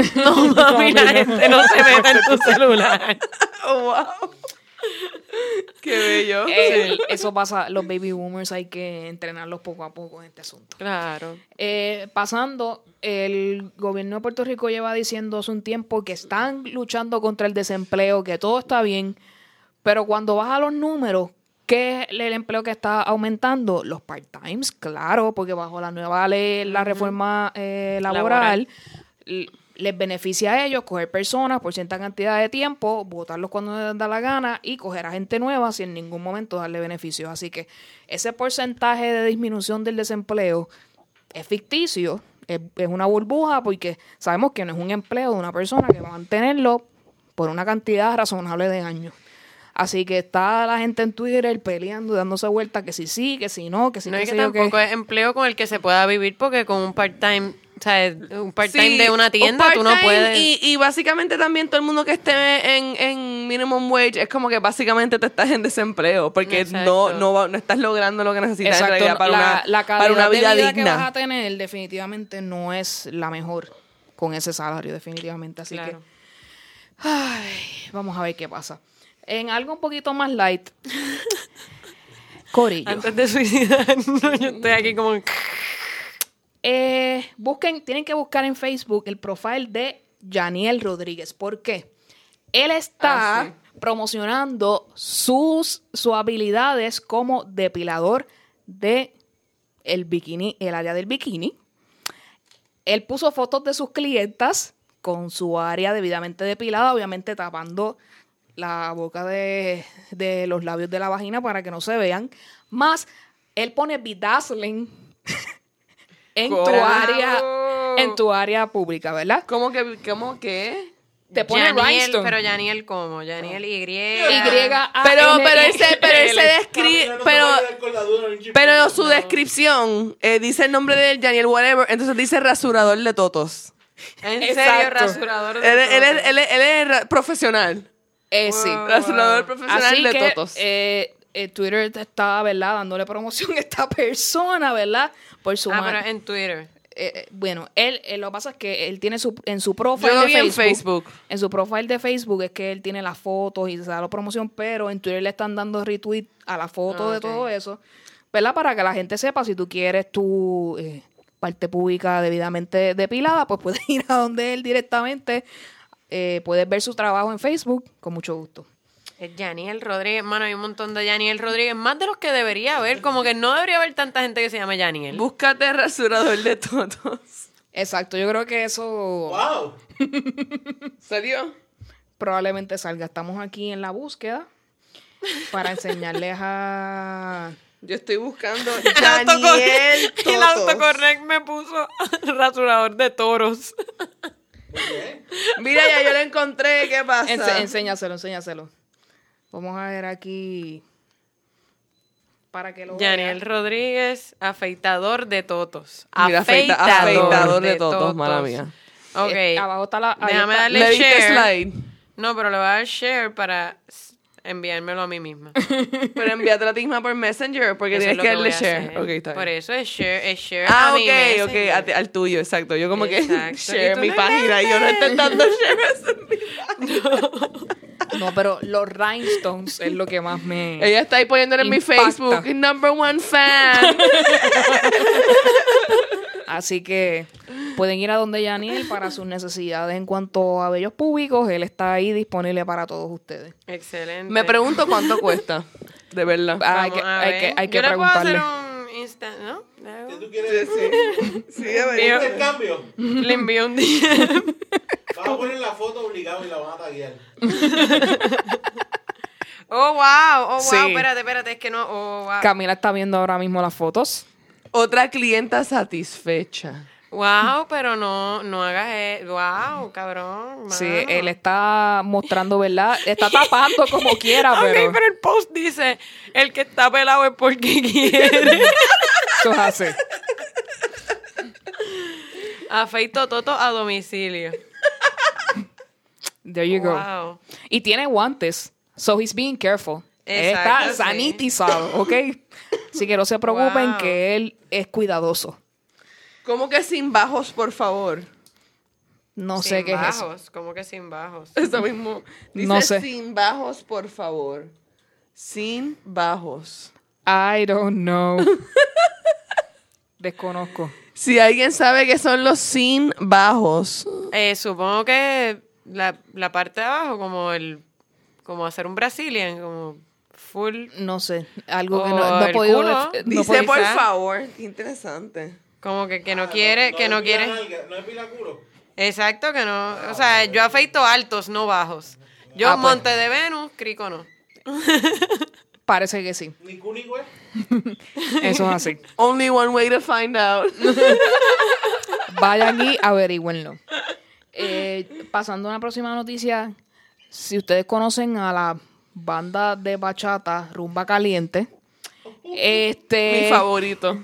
No, mami, la gente no se mete en tu celular. Oh, wow. Qué bello. Eso pasa, los baby boomers hay que entrenarlos poco a poco en este asunto. Claro. Pasando, el gobierno de Puerto Rico lleva diciendo hace un tiempo que están luchando contra el desempleo, que todo está bien, pero cuando vas a los números, ¿qué es el empleo que está aumentando? Los part-times, claro, porque bajo la nueva ley, la reforma laboral, les beneficia a ellos coger personas por cierta cantidad de tiempo, votarlos cuando les da la gana y coger a gente nueva sin en ningún momento darle beneficios. Así que ese porcentaje de disminución del desempleo es ficticio, es una burbuja porque sabemos que no es un empleo de una persona que va a mantenerlo por una cantidad razonable de años. Así que está la gente en Twitter peleando, dándose vuelta que sí, que si no, que si No, no. es que tampoco es empleo con el que se pueda vivir porque con un part-time, o sea, un part-time de una tienda tú no puedes. Y básicamente también todo el mundo que esté en minimum wage es como que básicamente te estás en desempleo porque no estás logrando lo que necesitas en realidad para una vida de vida digna. que vas a tener definitivamente no es la mejor con ese salario, definitivamente. Así Claro. que vamos a ver qué pasa. En algo un poquito más light, Corillo. Antes de suicidarnos, yo estoy aquí como... Tienen que buscar en Facebook el profile de Yaniel Rodríguez. ¿Por qué? Él está promocionando sus habilidades como depilador de el bikini, el área del bikini. Él puso fotos de sus clientas con su área debidamente depilada, obviamente tapando la boca de los labios de la vagina para que no se vean. Más, él pone bedazzling en tu área pública, ¿verdad? ¿Cómo que? Te pone Yaniel, rhinestone. pero Yaniel ¿cómo? Yaniel Y. Pero él se describe, pero su descripción dice el nombre de él, Yaniel whatever, entonces dice rasurador de totos. En Exacto. serio, rasurador de totos. Él es profesional. Sí. Rasurador profesional Así de que, totos. Twitter está, ¿verdad? Dándole promoción a esta persona, ¿verdad? Por su pero en Twitter. Bueno, él lo que pasa es que él tiene en su profile Yo lo de vi en Facebook. En su profile de Facebook es que él tiene las fotos y se da la promoción, pero en Twitter le están dando retweet a la foto de todo eso, ¿verdad? Para que la gente sepa, si tú quieres tu parte pública debidamente depilada, pues puedes ir a donde él directamente. Puedes ver su trabajo en Facebook con mucho gusto. Es Yaniel Rodríguez. Mano, hay un montón de Yaniel Rodríguez. Más de los que debería haber. Como que no debería haber tanta gente que se llame Yaniel. Búscate rasurador de totos. Exacto, yo creo que eso ¡Wow! ¿Serio? probablemente salga. Estamos aquí en la búsqueda para enseñarles a... Yo estoy buscando El Yaniel Totos. el autocorrect me puso rasurador de toros. Mira, ya yo lo encontré. ¿Qué pasa? Enséñaselo. Vamos a ver aquí para que lo Yaniel vean. Rodríguez, afeitador de totos. Mira, afeitador de totos, mala mía. Ok. Abajo está la... ahí Déjame está. darle Le diste share. slide. No, pero le voy a dar share para enviármelo a mí misma. Pero envíatelo a ti misma por Messenger porque Eso es tienes lo que que darle voy a share. hacer. Ok, está Por bien. eso es share Ah, a mi Messenger. ok, al tuyo, exacto. Yo como Exacto. que share Y tú mi no página y yo no estoy dando share. No, pero los rhinestones es lo que más me... Ella está ahí poniéndolo en mi Impacta. Facebook. #1 fan. Así que pueden ir a donde Yaniel para sus necesidades en cuanto a vellos públicos. Él está ahí disponible para todos ustedes. Excelente. Me pregunto cuánto cuesta. De verdad. Hay Vamos que, a hay ver. que, hay que Yo le puedo preguntarle. hacer un Insta, ¿no? ¿Qué tú quieres decir? Sí, a ver. Intercambio. Le envío un día. Vas a poner la foto obligado y la van a taguear. Oh, wow. Sí. Espérate, es que no. Oh, wow. Camila está viendo ahora mismo las fotos. Otra clienta satisfecha. Wow, pero no hagas eso. Wow, cabrón. Sí, mano. él está mostrando, ¿verdad? Está tapando como quiera, pero... Ok, pero el post dice, el que está pelado es porque quiere. Eso es así. Afeito toto a domicilio. There you go. Wow. Y tiene guantes. So he's being careful. Exacto, Está sí. sanitizado, ¿ok? Así que no se preocupen Wow. que él es cuidadoso. ¿Cómo que sin bajos, por favor? No Sin sé qué es eso. bajos, ¿cómo que sin bajos? Eso mismo. Dice No sé. sin bajos, por favor. Sin bajos. I don't know. Desconozco. Si alguien sabe qué son los sin bajos. Supongo que la parte de abajo, como hacer un Brazilian, como full, No sé. Algo que O no he el podido... culo. no Dice puedo- por quizá. favor. Qué interesante. como que no quiere, que no es pila quiere. nalga, no es pila culo. Exacto, que no. O sea, yo afeito altos, no bajos. Yo, Ah, pues. Monte de Venus, Crico no. Parece que sí. Ni cu ni güey. Eso es así. Only one way to find out. Vayan y averigüenlo. Pasando a una próxima noticia, si ustedes conocen a la banda de bachata Rumba Caliente, Mi favorito.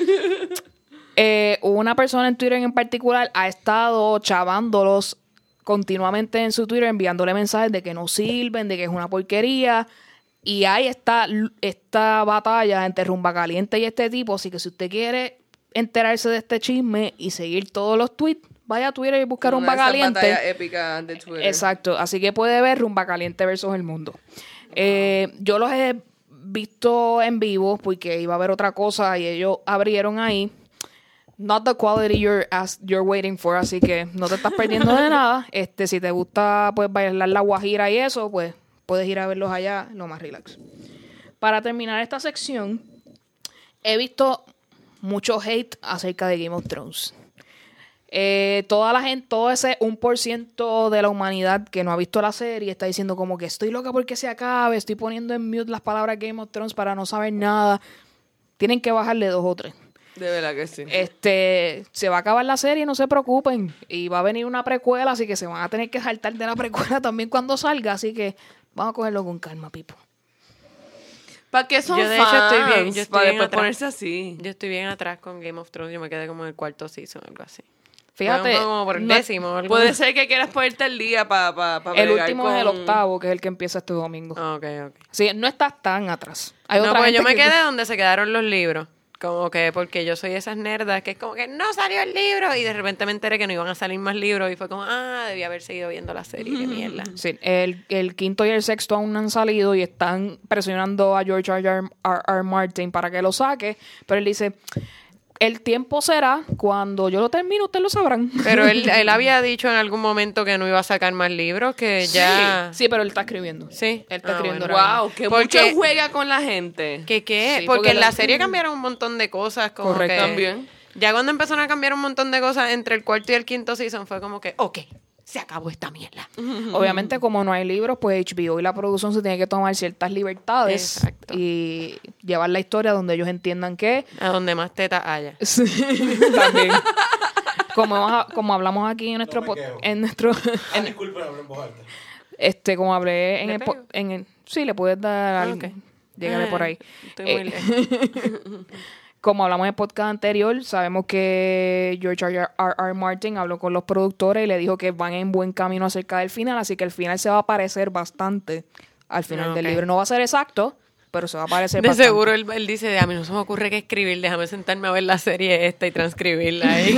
una persona en Twitter en particular ha estado chavándolos continuamente en su Twitter, enviándole mensajes de que no sirven, de que es una porquería. Y hay esta batalla entre Rumba Caliente y este tipo. Así que si usted quiere enterarse de este chisme y seguir todos los tweets, vaya a Twitter y busca Rumba Caliente. Batalla épica de Twitter. Exacto, así que puede ver Rumba Caliente versus El Mundo. Yo los he visto en vivo porque iba a haber otra cosa y ellos abrieron ahí. Not the quality you're waiting for, así que no te estás perdiendo de nada. Si te gusta pues bailar la guajira y eso, pues puedes ir a verlos allá, lo más relax. Para terminar esta sección, he visto mucho hate acerca de Game of Thrones. Toda la gente, todo ese 1% de la humanidad que no ha visto la serie está diciendo como que estoy loca porque se acabe, estoy poniendo en mute las palabras Game of Thrones para no saber nada. Tienen que bajarle 2 o 3. De verdad que sí. Se va a acabar la serie, no se preocupen. Y va a venir una precuela, así que se van a tener que saltar de la precuela también cuando salga. Así que vamos a cogerlo con calma, Pipo. ¿Para qué son Yo, de hecho, fans? yo estoy Para bien después atrás. ponerse así. Yo estoy bien atrás con Game of Thrones. Yo me quedé como en el 4º season, algo así. Fíjate, Como por el no- 10º. algo Puede así. ser que quieras ponerte el día para el último es el 8º, que es el que empieza este domingo. Ok. Sí, no estás tan atrás. Hay No, otra pues yo gente me que- quedé donde se quedaron los libros. Como que porque yo soy esas nerdas que es como que no salió el libro y de repente me enteré que no iban a salir más libros y fue como, debía haber seguido viendo la serie, qué mierda. Sí, el 5º y el 6º aún no han salido y están presionando a George R.R. Martin para que lo saque, pero él dice, el tiempo será cuando yo lo termine, ustedes lo sabrán. Pero él había dicho en algún momento que no iba a sacar más libros, que ya... Sí, pero él está escribiendo. Sí. Él está Ah, escribiendo. bueno. ahora mismo. Wow, que Porque- mucho juega con la gente. ¿Qué? Sí, porque porque en la la- serie cambiaron un montón de cosas. Como Correcto. que También. Ya cuando empezaron a cambiar un montón de cosas entre el 4º y el 5º season fue como que, ok, se acabó esta mierda. Obviamente, como no hay libros, pues HBO y la producción se tiene que tomar ciertas libertades Exacto. y llevar la historia donde ellos entiendan que A donde más tetas haya. sí, también. Como hablamos aquí en nuestro No me pod- quejo. en nuestro Disculpen, hablo en voz alta. como hablé en ¿Le el, pego? sí, le puedes dar algo. Ok. Llégale por ahí. Estoy muy lejos. Como hablamos en el podcast anterior, sabemos que George R.R. Martin habló con los productores y le dijo que van en buen camino acerca del final, así que el final se va a parecer bastante al final del Ok. libro. No va a ser exacto, pero se va a parecer De bastante. seguro él dice, a mí no se me ocurre qué escribir, déjame sentarme a ver la serie esta y transcribirla ahí.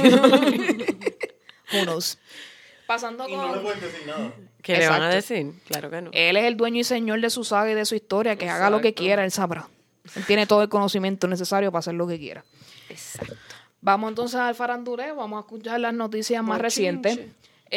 Who knows? Pasando Y no le con... pueden decir nada. ¿Qué le van a Exacto. decir? Claro que no. Él es el dueño y señor de su saga y de su historia, que haga lo que Exacto. quiera, él sabrá. Él tiene todo el conocimiento necesario para hacer lo que quiera. Exacto. Vamos entonces al faranduleo, vamos a escuchar las noticias más Bochinche. recientes.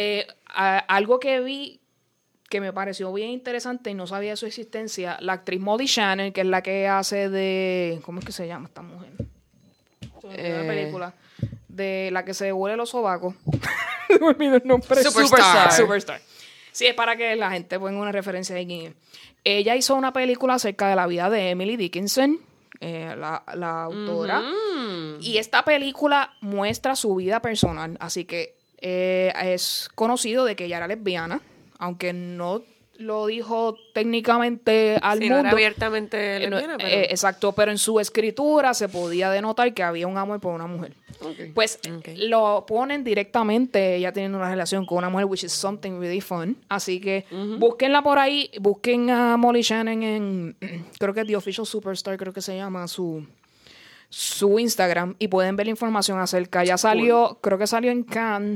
Algo que vi que me pareció bien interesante y no sabía de su existencia, la actriz Molly Shannon, que es la que hace de... ¿Cómo es que se llama esta mujer? Se me olvidó la película. De la que se huele los sobacos. Se me olvidó el nombre. Superstar. Sí, es para que la gente ponga una referencia de quién es. Ella hizo una película acerca de la vida de Emily Dickinson, la autora. Y esta película muestra su vida personal. Así que es conocido de que ella era lesbiana, aunque no lo dijo técnicamente al Sí, no mundo. era abiertamente No, lesbiana, pero... exacto, pero en su escritura se podía denotar que había un amor por una mujer. Pues Ok. lo ponen directamente, ella teniendo una relación con una mujer, which is something really fun. Así que búsquenla por ahí, busquen a Molly Shannon en, creo que es The Official Superstar, creo que se llama su Instagram, y pueden ver la información acerca. Ya salió, creo que salió en Cannes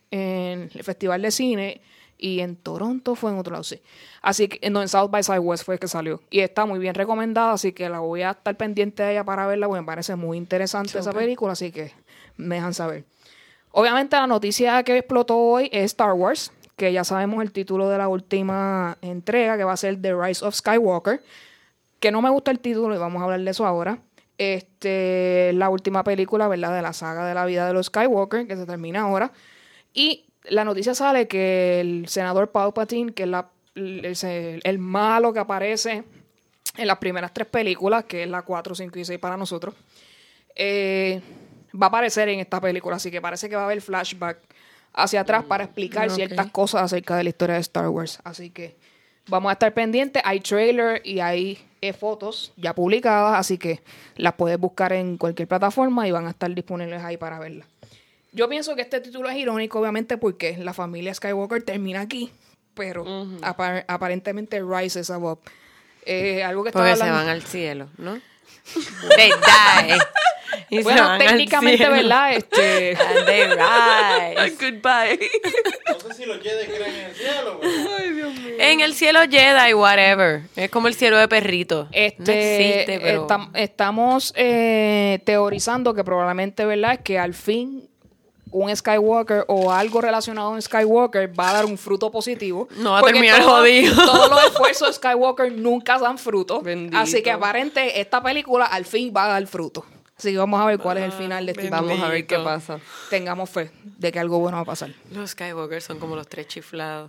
en el Festival de Cine y en Toronto fue en otro lado, sí. Así que, no, en South by Southwest fue que salió. Y está muy bien recomendada, así que la voy a estar pendiente de ella para verla, porque me parece muy interesante esa película, así que me dejan saber. Obviamente la noticia que explotó hoy es Star Wars, que ya sabemos el título de la última entrega, que va a ser The Rise of Skywalker, que no me gusta el título y vamos a hablar de eso ahora. La última película, ¿verdad?, de la saga de la vida de los Skywalker, que se termina ahora. Y la noticia sale que el senador Palpatine, que es el malo que aparece en las primeras 3 películas, que es la 4, 5 y 6 para nosotros, va a aparecer en esta película. Así que parece que va a haber flashback hacia atrás para explicar ciertas cosas acerca de la historia de Star Wars. Así que vamos a estar pendientes. Hay trailer y hay fotos ya publicadas, así que las puedes buscar en cualquier plataforma y van a estar disponibles ahí para verlas. Yo pienso que este título es irónico, obviamente, porque la familia Skywalker termina aquí, pero aparentemente rises above. Algo que porque se van al cielo, ¿no? They die. Y bueno, técnicamente, ¿verdad? And they rise. Goodbye. No sé si los Jedi creen en el cielo, pero... Ay, Dios mío. En el cielo Jedi, whatever. Es como el cielo de perrito. No existe, pero... Estamos teorizando que probablemente, ¿verdad?, es que al fin un Skywalker o algo relacionado a un Skywalker va a dar un fruto positivo. No va a terminar jodido. Todos los esfuerzos de Skywalker nunca dan fruto. Bendito. Así que aparente esta película al fin va a dar fruto. Así que vamos a ver cuál es el final de este. Vamos a ver qué pasa. Tengamos fe de que algo bueno va a pasar. Los Skywalker son como los 3 chiflados.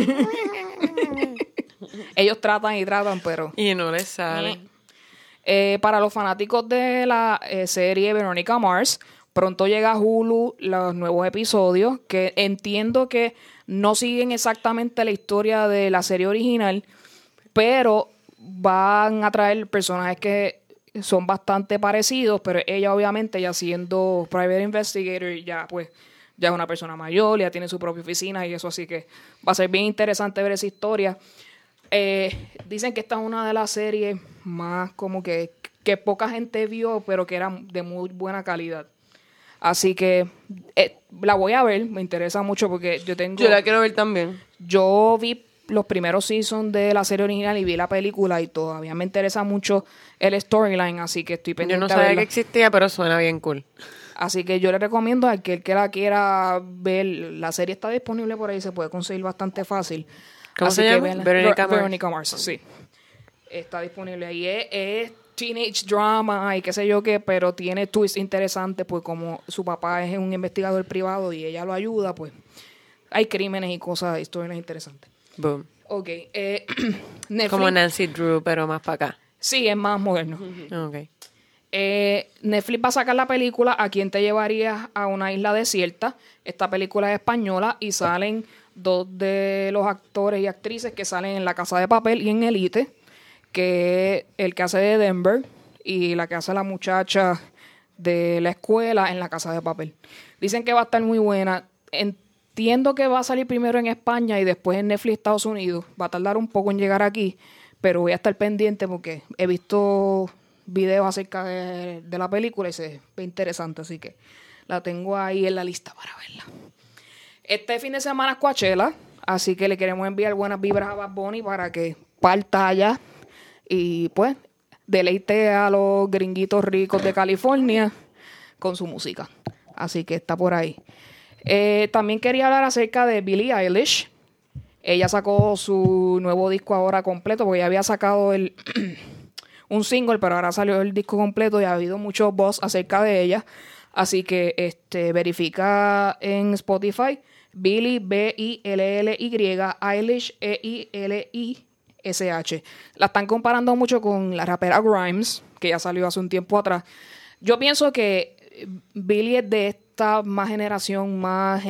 Ellos tratan y tratan, pero... Y no les sale. Para los fanáticos de la serie Veronica Mars, pronto llega a Hulu los nuevos episodios, que entiendo que no siguen exactamente la historia de la serie original, pero van a traer personajes que son bastante parecidos, pero ella obviamente ya siendo private investigator ya es una persona mayor, ya tiene su propia oficina y eso, así que va a ser bien interesante ver esa historia. Dicen que esta es una de las series más como que poca gente vio, pero que era de muy buena calidad. Así que la voy a ver, me interesa mucho porque Yo la quiero ver también. yo vi los primeros seasons de la serie original y vi la película y todavía me interesa mucho el storyline, así que estoy Yo pendiente no a sabía verla. que existía, pero suena bien cool. Así que yo le recomiendo a aquel que la quiera ver, la serie está disponible por ahí, se puede conseguir bastante fácil. ¿Cómo Así se que llama? véanla. Veronica Mars. Veronica Mars, sí. Está disponible ahí. Es teenage drama y qué sé yo qué, pero tiene twists interesantes, pues como su papá es un investigador privado y ella lo ayuda, pues hay crímenes y cosas, historias interesantes. Boom. Ok. Netflix. Como Nancy Drew, pero más para acá. Sí, es más moderno. Ok. Netflix va a sacar la película ¿A quién te llevarías a una isla desierta? Esta película es española y salen 2 de los actores y actrices que salen en La Casa de Papel y en Elite, que es el que hace de Denver y la que hace la muchacha de la escuela en La Casa de Papel. Dicen que va a estar muy buena. Entiendo que va a salir primero en España y después en Netflix Estados Unidos. Va a tardar un poco en llegar aquí, pero voy a estar pendiente porque he visto videos acerca de la película y se ve interesante, así que la tengo ahí en la lista para verla. Este fin de semana es Coachella, así que le queremos enviar buenas vibras a Bad Bunny para que parta allá y pues deleite a los gringuitos ricos de California con su música. Así que está por ahí. También quería hablar acerca de Billie Eilish. Ella sacó su nuevo disco ahora completo, porque ya había sacado un single, pero ahora salió el disco completo y ha habido mucho buzz acerca de ella. Así que verifica en Spotify Billie, B-I-L-L-Y, Eilish, E-I-L-I-S-H. La están comparando mucho con la rapera Grimes, que ya salió hace un tiempo atrás. Yo pienso que Billie es de esta generación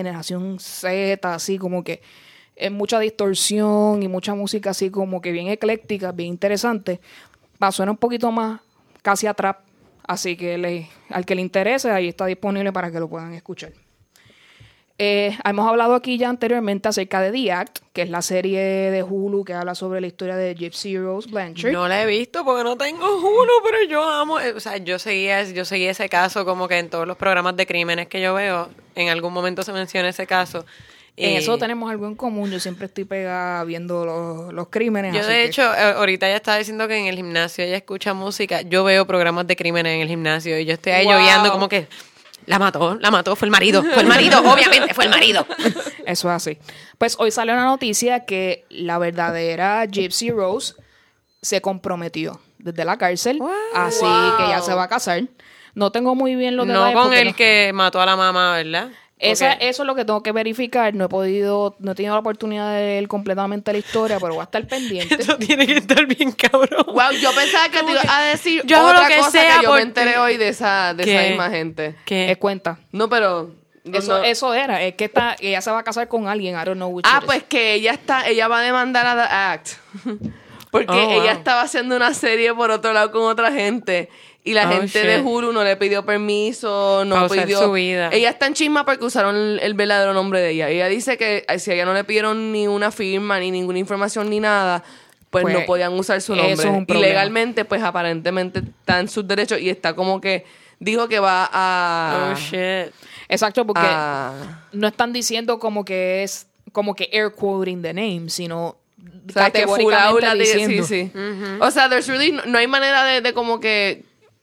Z, así como que es mucha distorsión y mucha música así como que bien ecléctica, bien interesante. Suena un poquito más casi a trap, así que al que le interese, ahí está disponible para que lo puedan escuchar. Hemos hablado aquí ya anteriormente acerca de The Act, que es la serie de Hulu que habla sobre la historia de Gypsy Rose Blanchard. No la he visto porque no tengo Hulu, pero yo amo, o sea, yo seguía ese caso como que en todos los programas de crímenes que yo veo, en algún momento se menciona ese caso. En eso tenemos algo en común. Yo siempre estoy pegada viendo los crímenes. Yo, de hecho, ahorita ella estaba diciendo que en el gimnasio ella escucha música. Yo veo programas de crímenes en el gimnasio y yo estoy ahí lloviando como que la mató, fue el marido, obviamente fue el marido. Eso es así. Pues hoy sale una noticia que la verdadera Gypsy Rose se comprometió desde la cárcel. Wow. Así que ella se va a casar. No tengo muy bien los detalles. No con el que mató a la mamá, ¿verdad? Eso es lo que tengo que verificar. No he tenido la oportunidad de leer completamente la historia, pero voy a estar pendiente. Eso tiene que estar bien cabrón. Wow, yo pensaba que te ibas a decir yo otra lo que cosa sea que yo porque- me enteré hoy de esa misma gente. ¿Qué? Cuenta. No, pero... Eso era. Es que ella se va a casar con alguien. I don't know which it is. pues que ella va a demandar a The Act. Porque wow. ella estaba haciendo una serie por otro lado con otra gente. Y la gente de shit. Hulu no le pidió permiso, no Para usar pidió... su vida. Ella está en chisma porque usaron el verdadero nombre de ella. Ella dice que si a ella no le pidieron ni una firma, ni ninguna información, ni nada, pues no podían usar su nombre. eso es un Y problema. legalmente, pues aparentemente está en sus derechos y está como que... Dijo que va a... Oh, shit. Exacto, porque a- no están diciendo como que es como que air quoting the name, sino O sea, que full categóricamente aula diciendo. sí. O sea, there's really no hay manera de como que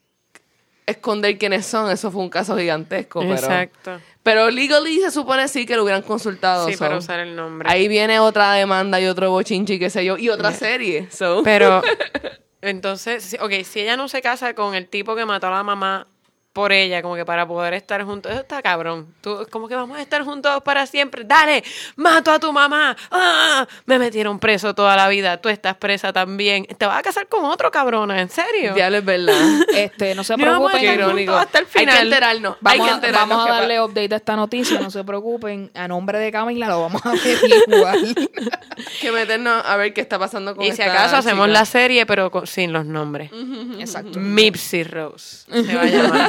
esconder quiénes son. Eso fue un caso gigantesco, Exacto. pero legally se supone sí que lo hubieran consultado. Sí, so. para usar el nombre. Ahí viene otra demanda y otro bochinchi, qué sé yo, y otra serie. So. Pero, entonces, si ella no se casa con el tipo que mató a la mamá por ella, como que para poder estar juntos, eso está cabrón. Tú, como que vamos a estar juntos para siempre. Dale, mato a tu mamá. ¡Ah! Me metieron preso toda la vida. Tú estás presa también. Te vas a casar con otro cabrona, ¿en serio? Diablo, es verdad. No se Yo vamos a preocupen. estar juntos hasta el Hay final. que enterarnos. Vamos a darle update a esta noticia, no se preocupen. A nombre de Camila lo vamos a averiguar. que meternos a ver qué está pasando con Y si esta acaso hacemos chica. la serie, pero sin los nombres. Exacto. Mipsy Rose se va a llamar.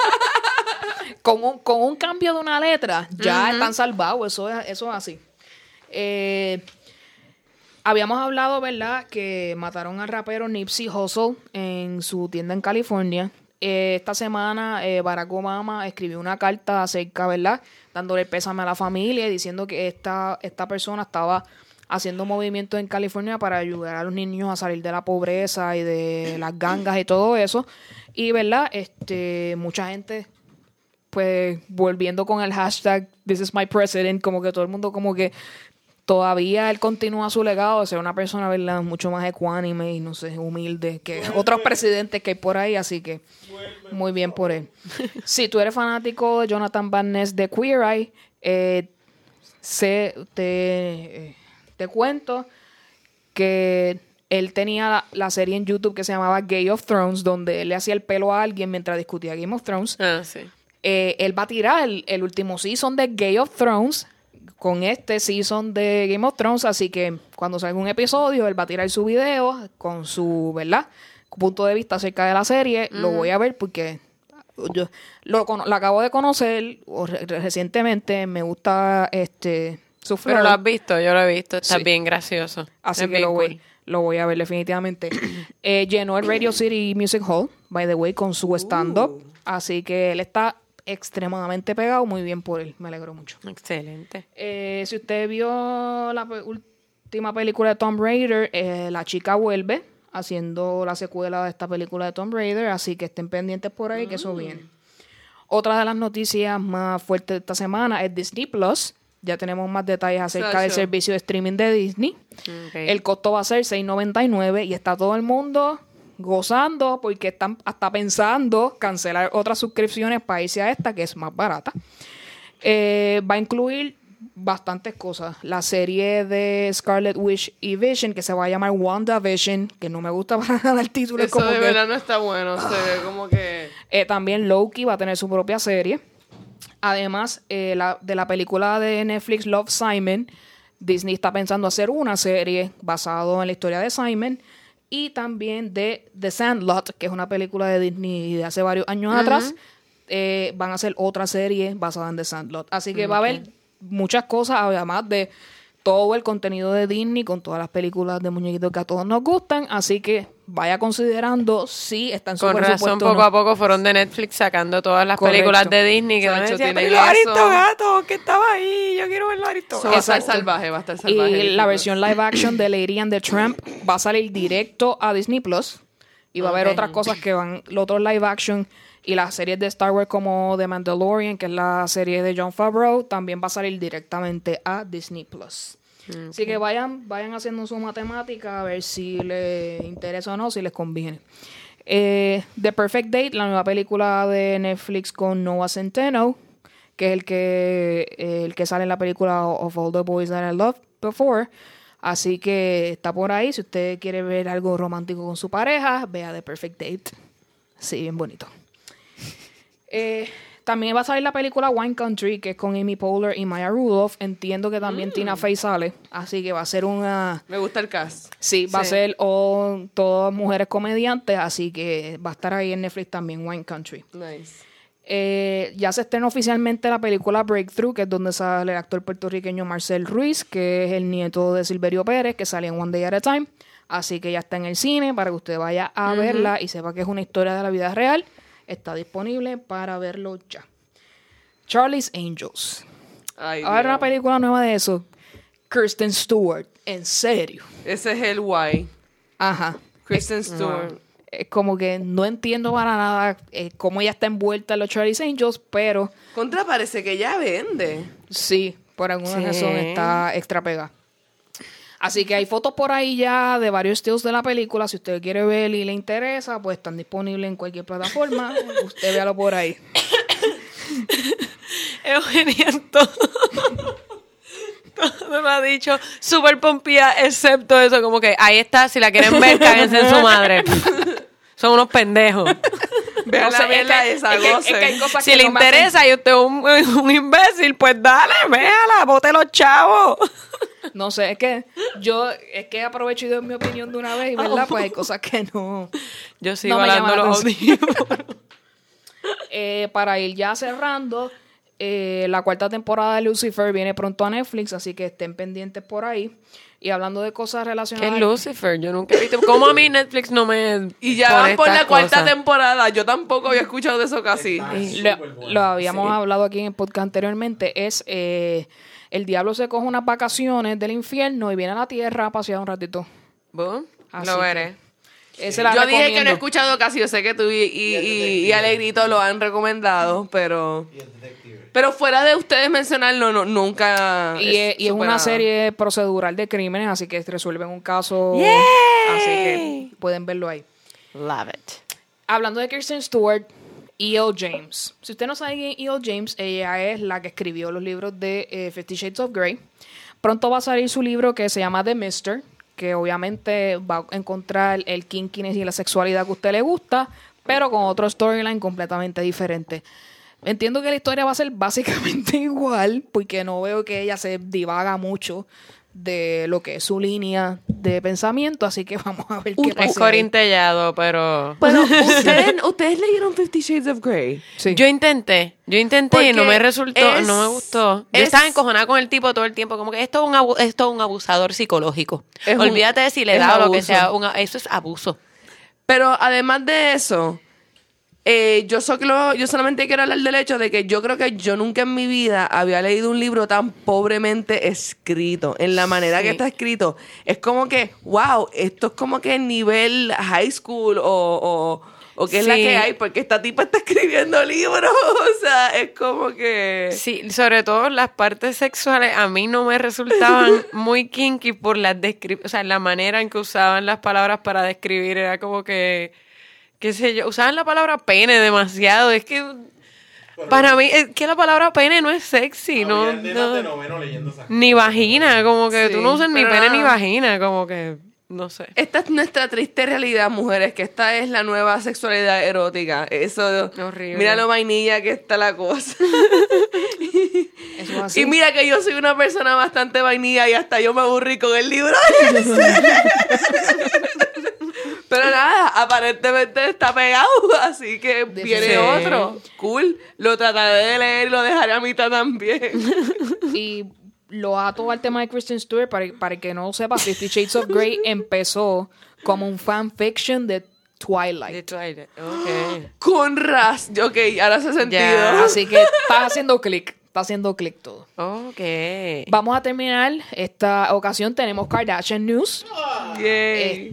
Con un cambio de una letra, ya están salvados. Eso es así. Habíamos hablado, ¿verdad?, que mataron al rapero Nipsey Hussle en su tienda en California. Esta semana Barack Obama escribió una carta acerca, ¿verdad?, dándole el pésame a la familia y diciendo que esta persona estaba haciendo movimientos en California para ayudar a los niños a salir de la pobreza y de las gangas y todo eso. Y, ¿verdad?, mucha gente, pues, volviendo con el hashtag This is my president, como que todo el mundo como que todavía él continúa su legado de ser una persona, ¿verdad?, mucho más ecuánime y, no sé, humilde que otros presidentes que hay por ahí, así que muy bien por él. Si tú eres fanático de Jonathan Van Ness de Queer Eye, te cuento que él tenía la serie en YouTube que se llamaba Game of Thrones, donde él le hacía el pelo a alguien mientras discutía Game of Thrones. Ah, sí. Él va a tirar el último season de Game of Thrones con este season de Game of Thrones, así que cuando salga un episodio, él va a tirar su video con su, ¿verdad?, punto de vista acerca de la serie. Lo voy a ver porque yo lo acabo de conocer recientemente, me gusta su flow. Pero lo has visto, yo lo he visto. Está Sí. bien gracioso. Así Es que bien lo voy a ver definitivamente. Llenó el Radio City Music Hall, by the way, con su stand-up. Así que él está extremadamente pegado. Muy bien por él. Me alegro mucho. Excelente. Si usted vio la última película de Tomb Raider, la chica vuelve haciendo la secuela de esta película de Tomb Raider. Así que estén pendientes por ahí, que eso viene. Otra de las noticias más fuertes de esta semana es Disney Plus. Ya tenemos más detalles acerca del servicio de streaming de Disney. Okay. El costo va a ser $6.99 y está todo el mundo gozando porque están hasta pensando cancelar otras suscripciones para irse a esta que es más barata. Va a incluir bastantes cosas. La serie de Scarlet Witch y Vision, que se va a llamar WandaVision, que no me gusta para nada el título. Eso como de que- verdad no está bueno. Se ve como que... también Loki va a tener su propia serie. Además, de la película de Netflix Love, Simon, Disney está pensando hacer una serie basada en la historia de Simon. Y también de The Sandlot, que es una película de Disney de hace varios años atrás. Van a hacer otra serie basada en The Sandlot. Así que va a haber muchas cosas, además de todo el contenido de Disney con todas las películas de muñequitos que a todos nos gustan, así que vaya considerando si está en su Con presupuesto razón, o no. poco a poco fueron de Netflix sacando todas las Correcto. películas de Disney que Chacho, me decían, tiene "Pero eso". Aristogato, que estaba ahí, yo quiero ver los Eso Aristogatos. va a estar Exacto. salvaje, va a estar salvaje. Y la versión live action de Lady and the Tramp va a salir directo a Disney Plus. Y va a haber Ok. otras cosas que van, los otros live action y las series de Star Wars como The Mandalorian, que es la serie de Jon Favreau, también va a salir directamente a Disney Plus. Así que vayan haciendo su matemática a ver si les interesa o no, si les conviene. The Perfect Date, la nueva película de Netflix con Noah Centineo, que es el que sale en la película Of All the Boys That I Loved Before. Así que está por ahí. Si usted quiere ver algo romántico con su pareja, vea The Perfect Date. Sí, bien bonito. También va a salir la película Wine Country, que es con Amy Poehler y Maya Rudolph. Entiendo que también Tina Fey sale. Así que va a ser una... Me gusta el cast. Sí, va a Sí. ser todas mujeres comediantes. Así que va a estar ahí en Netflix también Wine Country. Nice. Ya se estrena oficialmente la película Breakthrough, que es donde sale el actor puertorriqueño Marcel Ruiz, que es el nieto de Silverio Pérez, que sale en One Day at a Time. Así que ya está en el cine para que usted vaya a verla y sepa que es una historia de la vida real. Está disponible para verlo ya. Charlie's Angels. Ay, Ahora Dios. una película nueva de eso. Kristen Stewart. En serio. Ese es el guay. Ajá. Kristen Stewart. Es como que no entiendo para nada cómo ella está envuelta en los Charlie's Angels, pero Contra parece que ya vende. sí, por alguna Sí. razón está extra pegada. Así que hay fotos por ahí ya de varios stills de la película. Si usted quiere ver y le interesa, pues están disponibles en cualquier plataforma. Usted véalo por ahí. Eugenia, todo lo ha dicho súper pompía, excepto eso, como que ahí está, si la quieren ver, cáguense en su madre. Son unos pendejos. Vean No la sé, mierda es esa, que gocen. hay cosas Si que le no me hacen- interesa y usted es un imbécil, pues dale, véala, bote los chavos. No sé, es que aprovecho y doy mi opinión de una vez y verdad, pues hay cosas que no. Yo sigo No me hablando llama la los audífonos. Para ir ya cerrando, la cuarta temporada de Lucifer viene pronto a Netflix, así que estén pendientes por ahí. Y hablando de cosas ¿Qué relacionadas... es Lucifer? Yo nunca he visto. ¿Cómo a mí Netflix no me Y ya pone van por estas la cuarta cosas? temporada. Yo tampoco había escuchado de eso casi. Lo habíamos hablado aquí en el podcast anteriormente, es el diablo se coge unas vacaciones del infierno y viene a la tierra a pasear un ratito. ¿Vos? Así Lo que- veré. Ese la Yo dije que no he recomiendo. escuchado casi. Yo sé que tú y Alegrito lo han recomendado, pero... Y el detective. Pero fuera de ustedes mencionarlo, nunca... Y es una superado. serie procedural de crímenes, así que resuelven un caso. ¡Yay! Así que pueden verlo ahí. Love it. Hablando de Kristen Stewart, E.L. James. Si usted no sabe quién es E.L. James, ella es la que escribió los libros de 50 Shades of Grey. Pronto va a salir su libro que se llama The Mister, que obviamente va a encontrar el kinkiness y la sexualidad que a usted le gusta, pero con otro storyline completamente diferente. Entiendo que la historia va a ser básicamente igual, porque no veo que ella se divaga mucho de lo que es su línea de pensamiento, así que vamos a ver qué Es pasa. corintellado, pero... Bueno, ¿ustedes leyeron 50 Shades of Grey? Sí. Yo intenté Porque y no me resultó, es- no me gustó. Yo es- estaba encojonada con el tipo todo el tiempo, como que esto es un abusador psicológico. Es un- Olvídate de si le es da o lo que abuso. sea, eso es abuso. Pero además de eso, yo solamente quiero hablar del hecho de que yo creo que yo nunca en mi vida había leído un libro tan pobremente escrito. En la manera que está escrito. Es como que, wow, esto es como que nivel high school o qué es la Sí. que hay, porque esta tipa está escribiendo libros. O sea, es como que... Sí, sobre todo las partes sexuales a mí no me resultaban muy kinky por las o sea, la manera en que usaban las palabras para describir era como que, qué sé yo, usaban la palabra pene demasiado, es que para mí es que la palabra pene no es sexy, no, Había nenas de no noveno leyendo esas ni vagina, como que Sí, tú no usas ni pero pene ni nada. vagina, como que no sé. Esta es nuestra triste realidad, mujeres, que esta es la nueva sexualidad erótica. Eso, Horrible. mira lo vainilla que está la cosa. Eso es así. Y mira que yo soy una persona bastante vainilla y hasta yo me aburrí con el libro. Pero nada, aparentemente está pegado, así que viene Sí. otro. Cool. Lo trataré de leer y lo dejaré a mitad también. Y lo ato al tema de Kristen Stewart, para el que no sepa, 50 Shades of Grey empezó como un fanfiction de Twilight. De Twilight. Ok. Con ras. Ok, ahora hace sentido. Ya. Así que está haciendo clic todo. Ok. Vamos a terminar esta ocasión. Tenemos Kardashian News. Yay.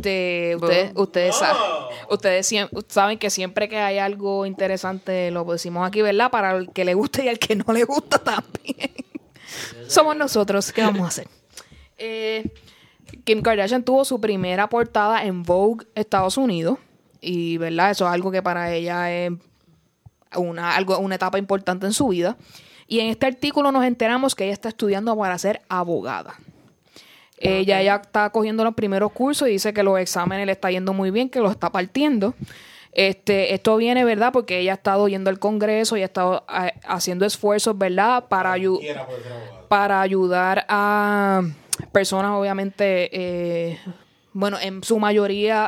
Ustedes saben que siempre que hay algo interesante lo decimos aquí, ¿verdad? Para el que le guste y al que no le gusta también. Somos nosotros. ¿Qué vamos a hacer? Kim Kardashian tuvo su primera portada en Vogue Estados Unidos. Y, ¿verdad? Eso es algo que para ella es una etapa importante en su vida. Y en este artículo nos enteramos que ella está estudiando para ser abogada. Ella ya está cogiendo los primeros cursos y dice que los exámenes le está yendo muy bien, que los está partiendo. Esto viene, ¿verdad? Porque ella ha estado yendo al Congreso y ha estado haciendo esfuerzos, ¿verdad? Para ayudar a personas, obviamente, bueno, en su mayoría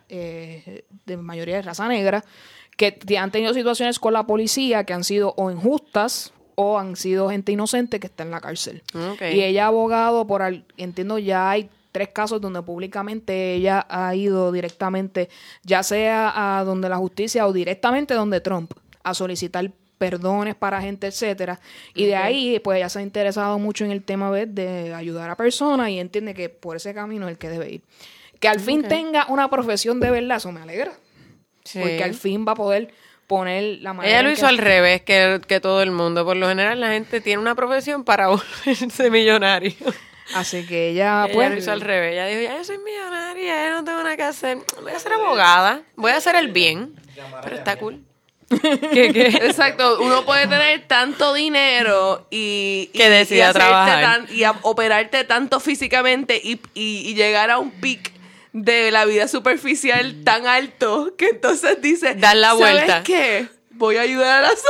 de mayoría de raza negra, que han tenido situaciones con la policía que han sido o injustas o han sido gente inocente que está en la cárcel. Okay. Y ella ha abogado entiendo, ya hay 3 casos donde públicamente ella ha ido directamente, ya sea a donde la justicia o directamente donde Trump, a solicitar perdones para gente, etcétera. Y de ahí, pues ella se ha interesado mucho en el tema de ayudar a personas y entiende que por ese camino es el que debe ir. Que al fin tenga una profesión de verdad, eso me alegra. Sí. Porque al fin va a poder poner la manera. Ella lo en hizo al revés que todo el mundo. Por lo general, la gente tiene una profesión para volverse millonario. Así que ella, Ella pues. lo hizo al revés. Ella dijo, ya yo soy millonaria, ya no tengo nada que hacer. Voy a ser abogada, voy a hacer el bien. Pero está cool. ¿Qué? Exacto, uno puede tener tanto dinero y Que decida hacerte trabajar. operarte tanto físicamente y llegar a un pic de la vida superficial tan alto que entonces dice, Dar la vuelta. ¿sabes qué? Voy a ayudar a la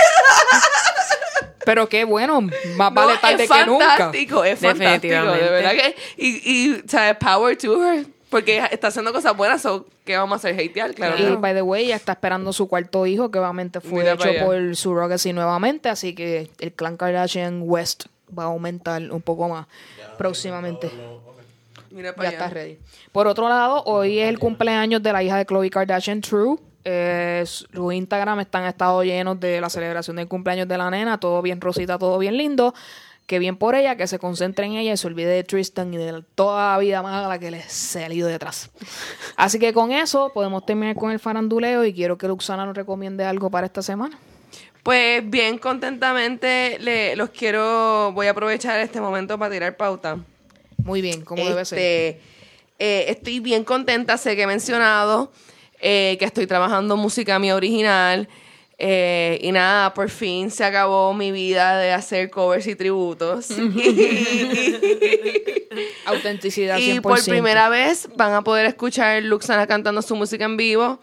sociedad. Pero qué bueno, más No, vale tarde es que nunca. fantástico, es fantástico, Definitivamente. de verdad que y ¿sabes? Power to her, porque está haciendo cosas buenas, so, ¿qué vamos a hacer? Hatear, claro. Y, by the way, ella está esperando su cuarto hijo, que obviamente fue Mira hecho para allá. por Surrogacy nuevamente, así que el clan Kardashian West va a aumentar un poco más próximamente. Mira Ya para está allá. ready. Por otro lado, hoy es el cumpleaños de la hija de Khloe Kardashian, True. Su Instagram están estado llenos de la celebración del cumpleaños de la nena, todo bien rosita, todo bien lindo. Que bien por ella, que se concentre en ella y se olvide de Tristan y de toda la vida mala que le ha salido detrás. Así que con eso podemos terminar con el faranduleo y quiero que Luxana nos recomiende algo para esta semana. Pues bien contentamente voy a aprovechar este momento para tirar pauta. Muy bien, como debe ser. Estoy bien contenta, sé que he mencionado que estoy trabajando música mía original y nada, por fin se acabó mi vida de hacer covers y tributos. Autenticidad 100%. Y por primera vez van a poder escuchar Luxana cantando su música en vivo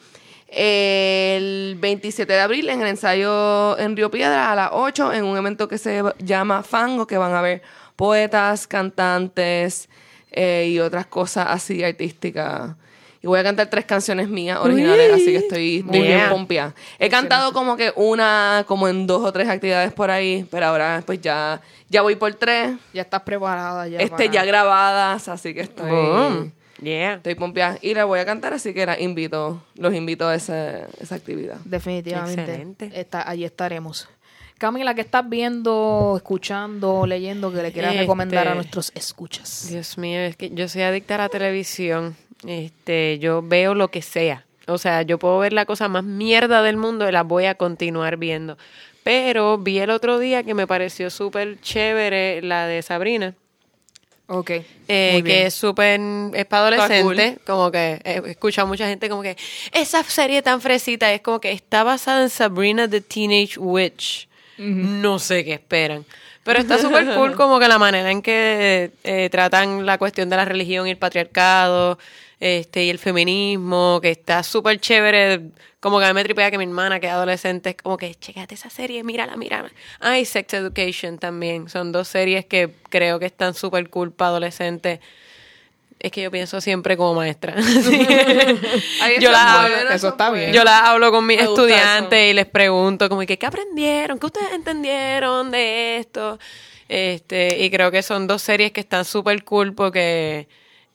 el 27 de abril en el ensayo en Río Piedra a las 8 en un evento que se llama Fango, que van a ver poetas, cantantes y otras cosas así artísticas. Y voy a cantar 3 canciones mías originales, así que estoy bien bien. pompeada. He cantado como que como en 2 o 3 actividades por ahí, pero ahora pues ya voy por 3. Ya estás preparada. Ya Ya grabadas, así que Boom. Yeah. estoy pompeada. Y la voy a cantar, así que los invito a esa actividad. Definitivamente. Excelente. Allí estaremos. Camila, ¿qué estás viendo, escuchando, leyendo que le quieras recomendar a nuestros escuchas? Dios mío, es que yo soy adicta a la televisión. Yo veo lo que sea. O sea, yo puedo ver la cosa más mierda del mundo y la voy a continuar viendo. Pero vi el otro día que me pareció súper chévere la de Sabrina. Ok. Que es súper, es para adolescente, Está como que he escuchado a mucha gente como que esa serie tan fresita es como que está basada en Sabrina the Teenage Witch. No sé qué esperan. Pero está súper cool como que la manera en que tratan la cuestión de la religión y el patriarcado, y el feminismo, que está súper chévere. Como que a mí me tripea que mi hermana, que es adolescente, es como que, chécate esa serie, mírala. Ah, y Sex Education también. Son 2 series que creo que están súper cool para adolescentes. Es que yo pienso siempre como maestra. Ahí Yo está la bueno, hablo, eso está bien. Yo la hablo con mis Me gusta estudiantes eso. y les pregunto como que ¿qué aprendieron? ¿Qué ustedes entendieron de esto? Y creo que son 2 series que están súper cool porque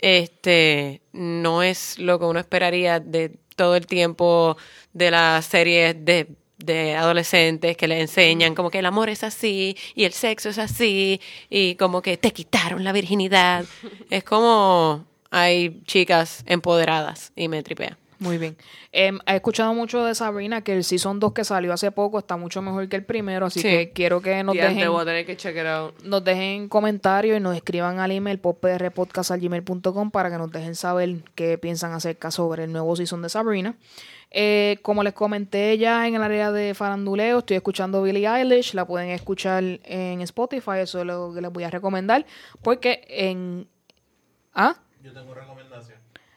no es lo que uno esperaría de todo el tiempo de las series de adolescentes que le enseñan como que el amor es así y el sexo es así y como que te quitaron la virginidad. Es como hay chicas empoderadas y me tripea. Muy bien. He escuchado mucho de Sabrina, que el Season 2 que salió hace poco está mucho mejor que el primero, así Sí. que quiero que nos Diante, voy a tener que check it out. dejen comentarios y nos escriban al email poprpodcast@gmail.com para que nos dejen saber qué piensan acerca sobre el nuevo season de Sabrina. Como les comenté ya en el área de faranduleo, estoy escuchando Billie Eilish, la pueden escuchar en Spotify, eso es lo que les voy a recomendar, porque Yo tengo recomendación.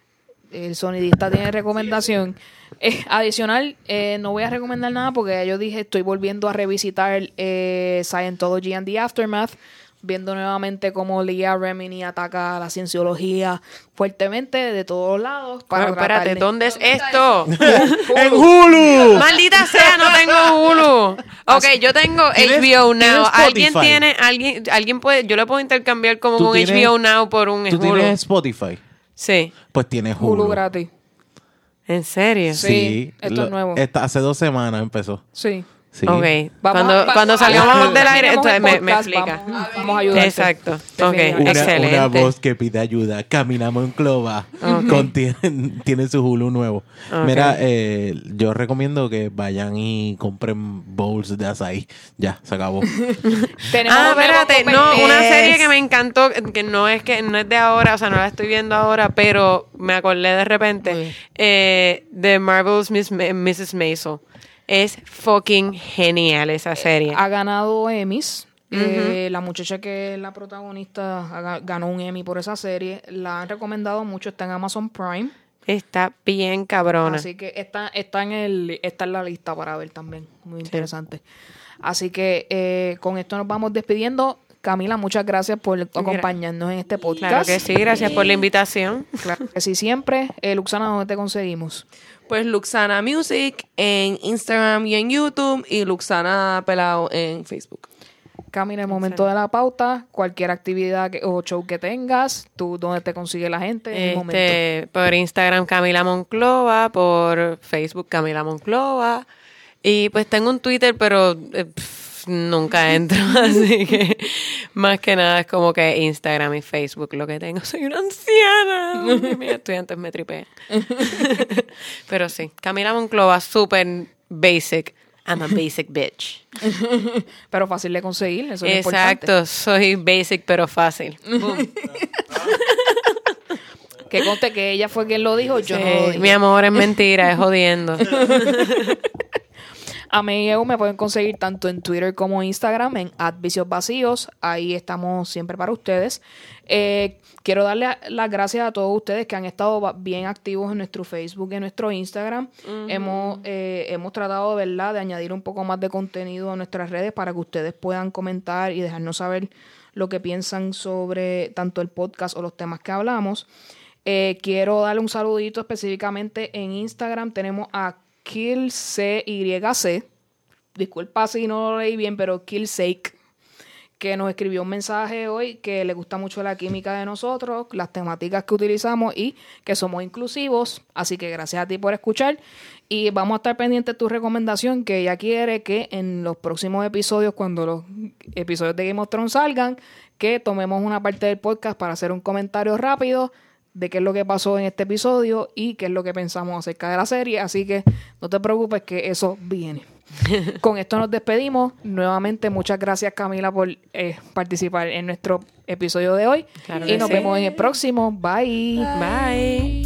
el sonidista tiene recomendación. Adicional, no voy a recomendar nada porque ya yo dije, estoy volviendo a revisitar Scientology and the Aftermath, viendo nuevamente cómo Leah Remini ataca a la cienciología fuertemente de todos lados. Pero espérate, tratar de- ¿dónde es esto? ¡En Hulu! Maldita sea, no tengo Hulu. Ok, yo tengo ¿Tienes- HBO Now. tienes ¿Alguien Spotify? tiene, alguien puede, yo le puedo intercambiar como ¿Tú un tienes- HBO Now por un ¿Tú Hulu? tienes Spotify? Sí. Pues tienes Hulu. Hulu gratis. ¿En serio? Sí, esto es nuevo. Hace 2 semanas empezó. Sí. Sí. Ok. Vamos Cuando a- salgamos del aire, terminemos el entonces me podcast, explica. Vamos a ayudarte. Exacto. Ok, Definitivamente. Una excelente. voz que pide ayuda. Camina Monclova. Ok. Tiene su Hulu nuevo. Ok. Mira, yo recomiendo que vayan y compren bowls de açaí. Ya, se acabó. Tenemos Ah, un nuevo espérate, no, comentario. una serie que me encantó, que no es de ahora, o sea, no la estoy viendo ahora, pero me acordé de Muy repente, bien. de Marvel's Mrs. Maisel. Es fucking genial esa serie. Ha ganado Emmys. La muchacha que es la protagonista ganó un Emmy por esa serie. La han recomendado mucho. Está en Amazon Prime. Está bien cabrona. Así que está en la lista para ver también. Muy interesante. Así que con esto nos vamos despidiendo. Camila, muchas gracias por acompañarnos en este podcast. Claro que sí, gracias por la invitación. Claro que sí, siempre. Luxana, ¿dónde te conseguimos? Pues Luxana Music en Instagram y en YouTube y Luxana Pelao en Facebook. Camila, el momento de la pauta. Cualquier actividad o show que tengas, tú, ¿dónde te consigue la gente en el momento? Por Instagram Camila Monclova, por Facebook Camila Monclova y pues tengo un Twitter pero nunca entro, así que más que nada es como que Instagram y Facebook lo que tengo. Soy una anciana. Ay, mis estudiantes me tripean. Pero sí, Camila Monclova, súper basic. I'm a basic bitch. Pero fácil de conseguir, eso es lo importante. Exacto, soy basic pero fácil. Que conste que ella fue quien lo dijo, yo no lo Sí, dije. mi amor, es mentira, es jodiendo. A mí y a EU me pueden conseguir tanto en Twitter como en Instagram en @viciosvacíos. Ahí estamos siempre para ustedes. Quiero darle las gracias a todos ustedes que han estado bien activos en nuestro Facebook y en nuestro Instagram. Hemos tratado, ¿verdad?, de añadir un poco más de contenido a nuestras redes para que ustedes puedan comentar y dejarnos saber lo que piensan sobre tanto el podcast o los temas que hablamos. Quiero darle un saludito específicamente en Instagram. Tenemos a KillCYC, disculpa si no lo leí bien, pero Killsake, que nos escribió un mensaje hoy que le gusta mucho la química de nosotros, las temáticas que utilizamos y que somos inclusivos. Así que gracias a ti por escuchar y vamos a estar pendientes de tu recomendación, que ella quiere que en los próximos episodios, cuando los episodios de Game of Thrones salgan, que tomemos una parte del podcast para hacer un comentario rápido de qué es lo que pasó en este episodio y qué es lo que pensamos acerca de la serie. Así que no te preocupes que eso viene. Con esto nos despedimos. Nuevamente, muchas gracias, Camila, por participar en nuestro episodio de hoy. Claro y que nos sí. vemos en el próximo. Bye. Bye.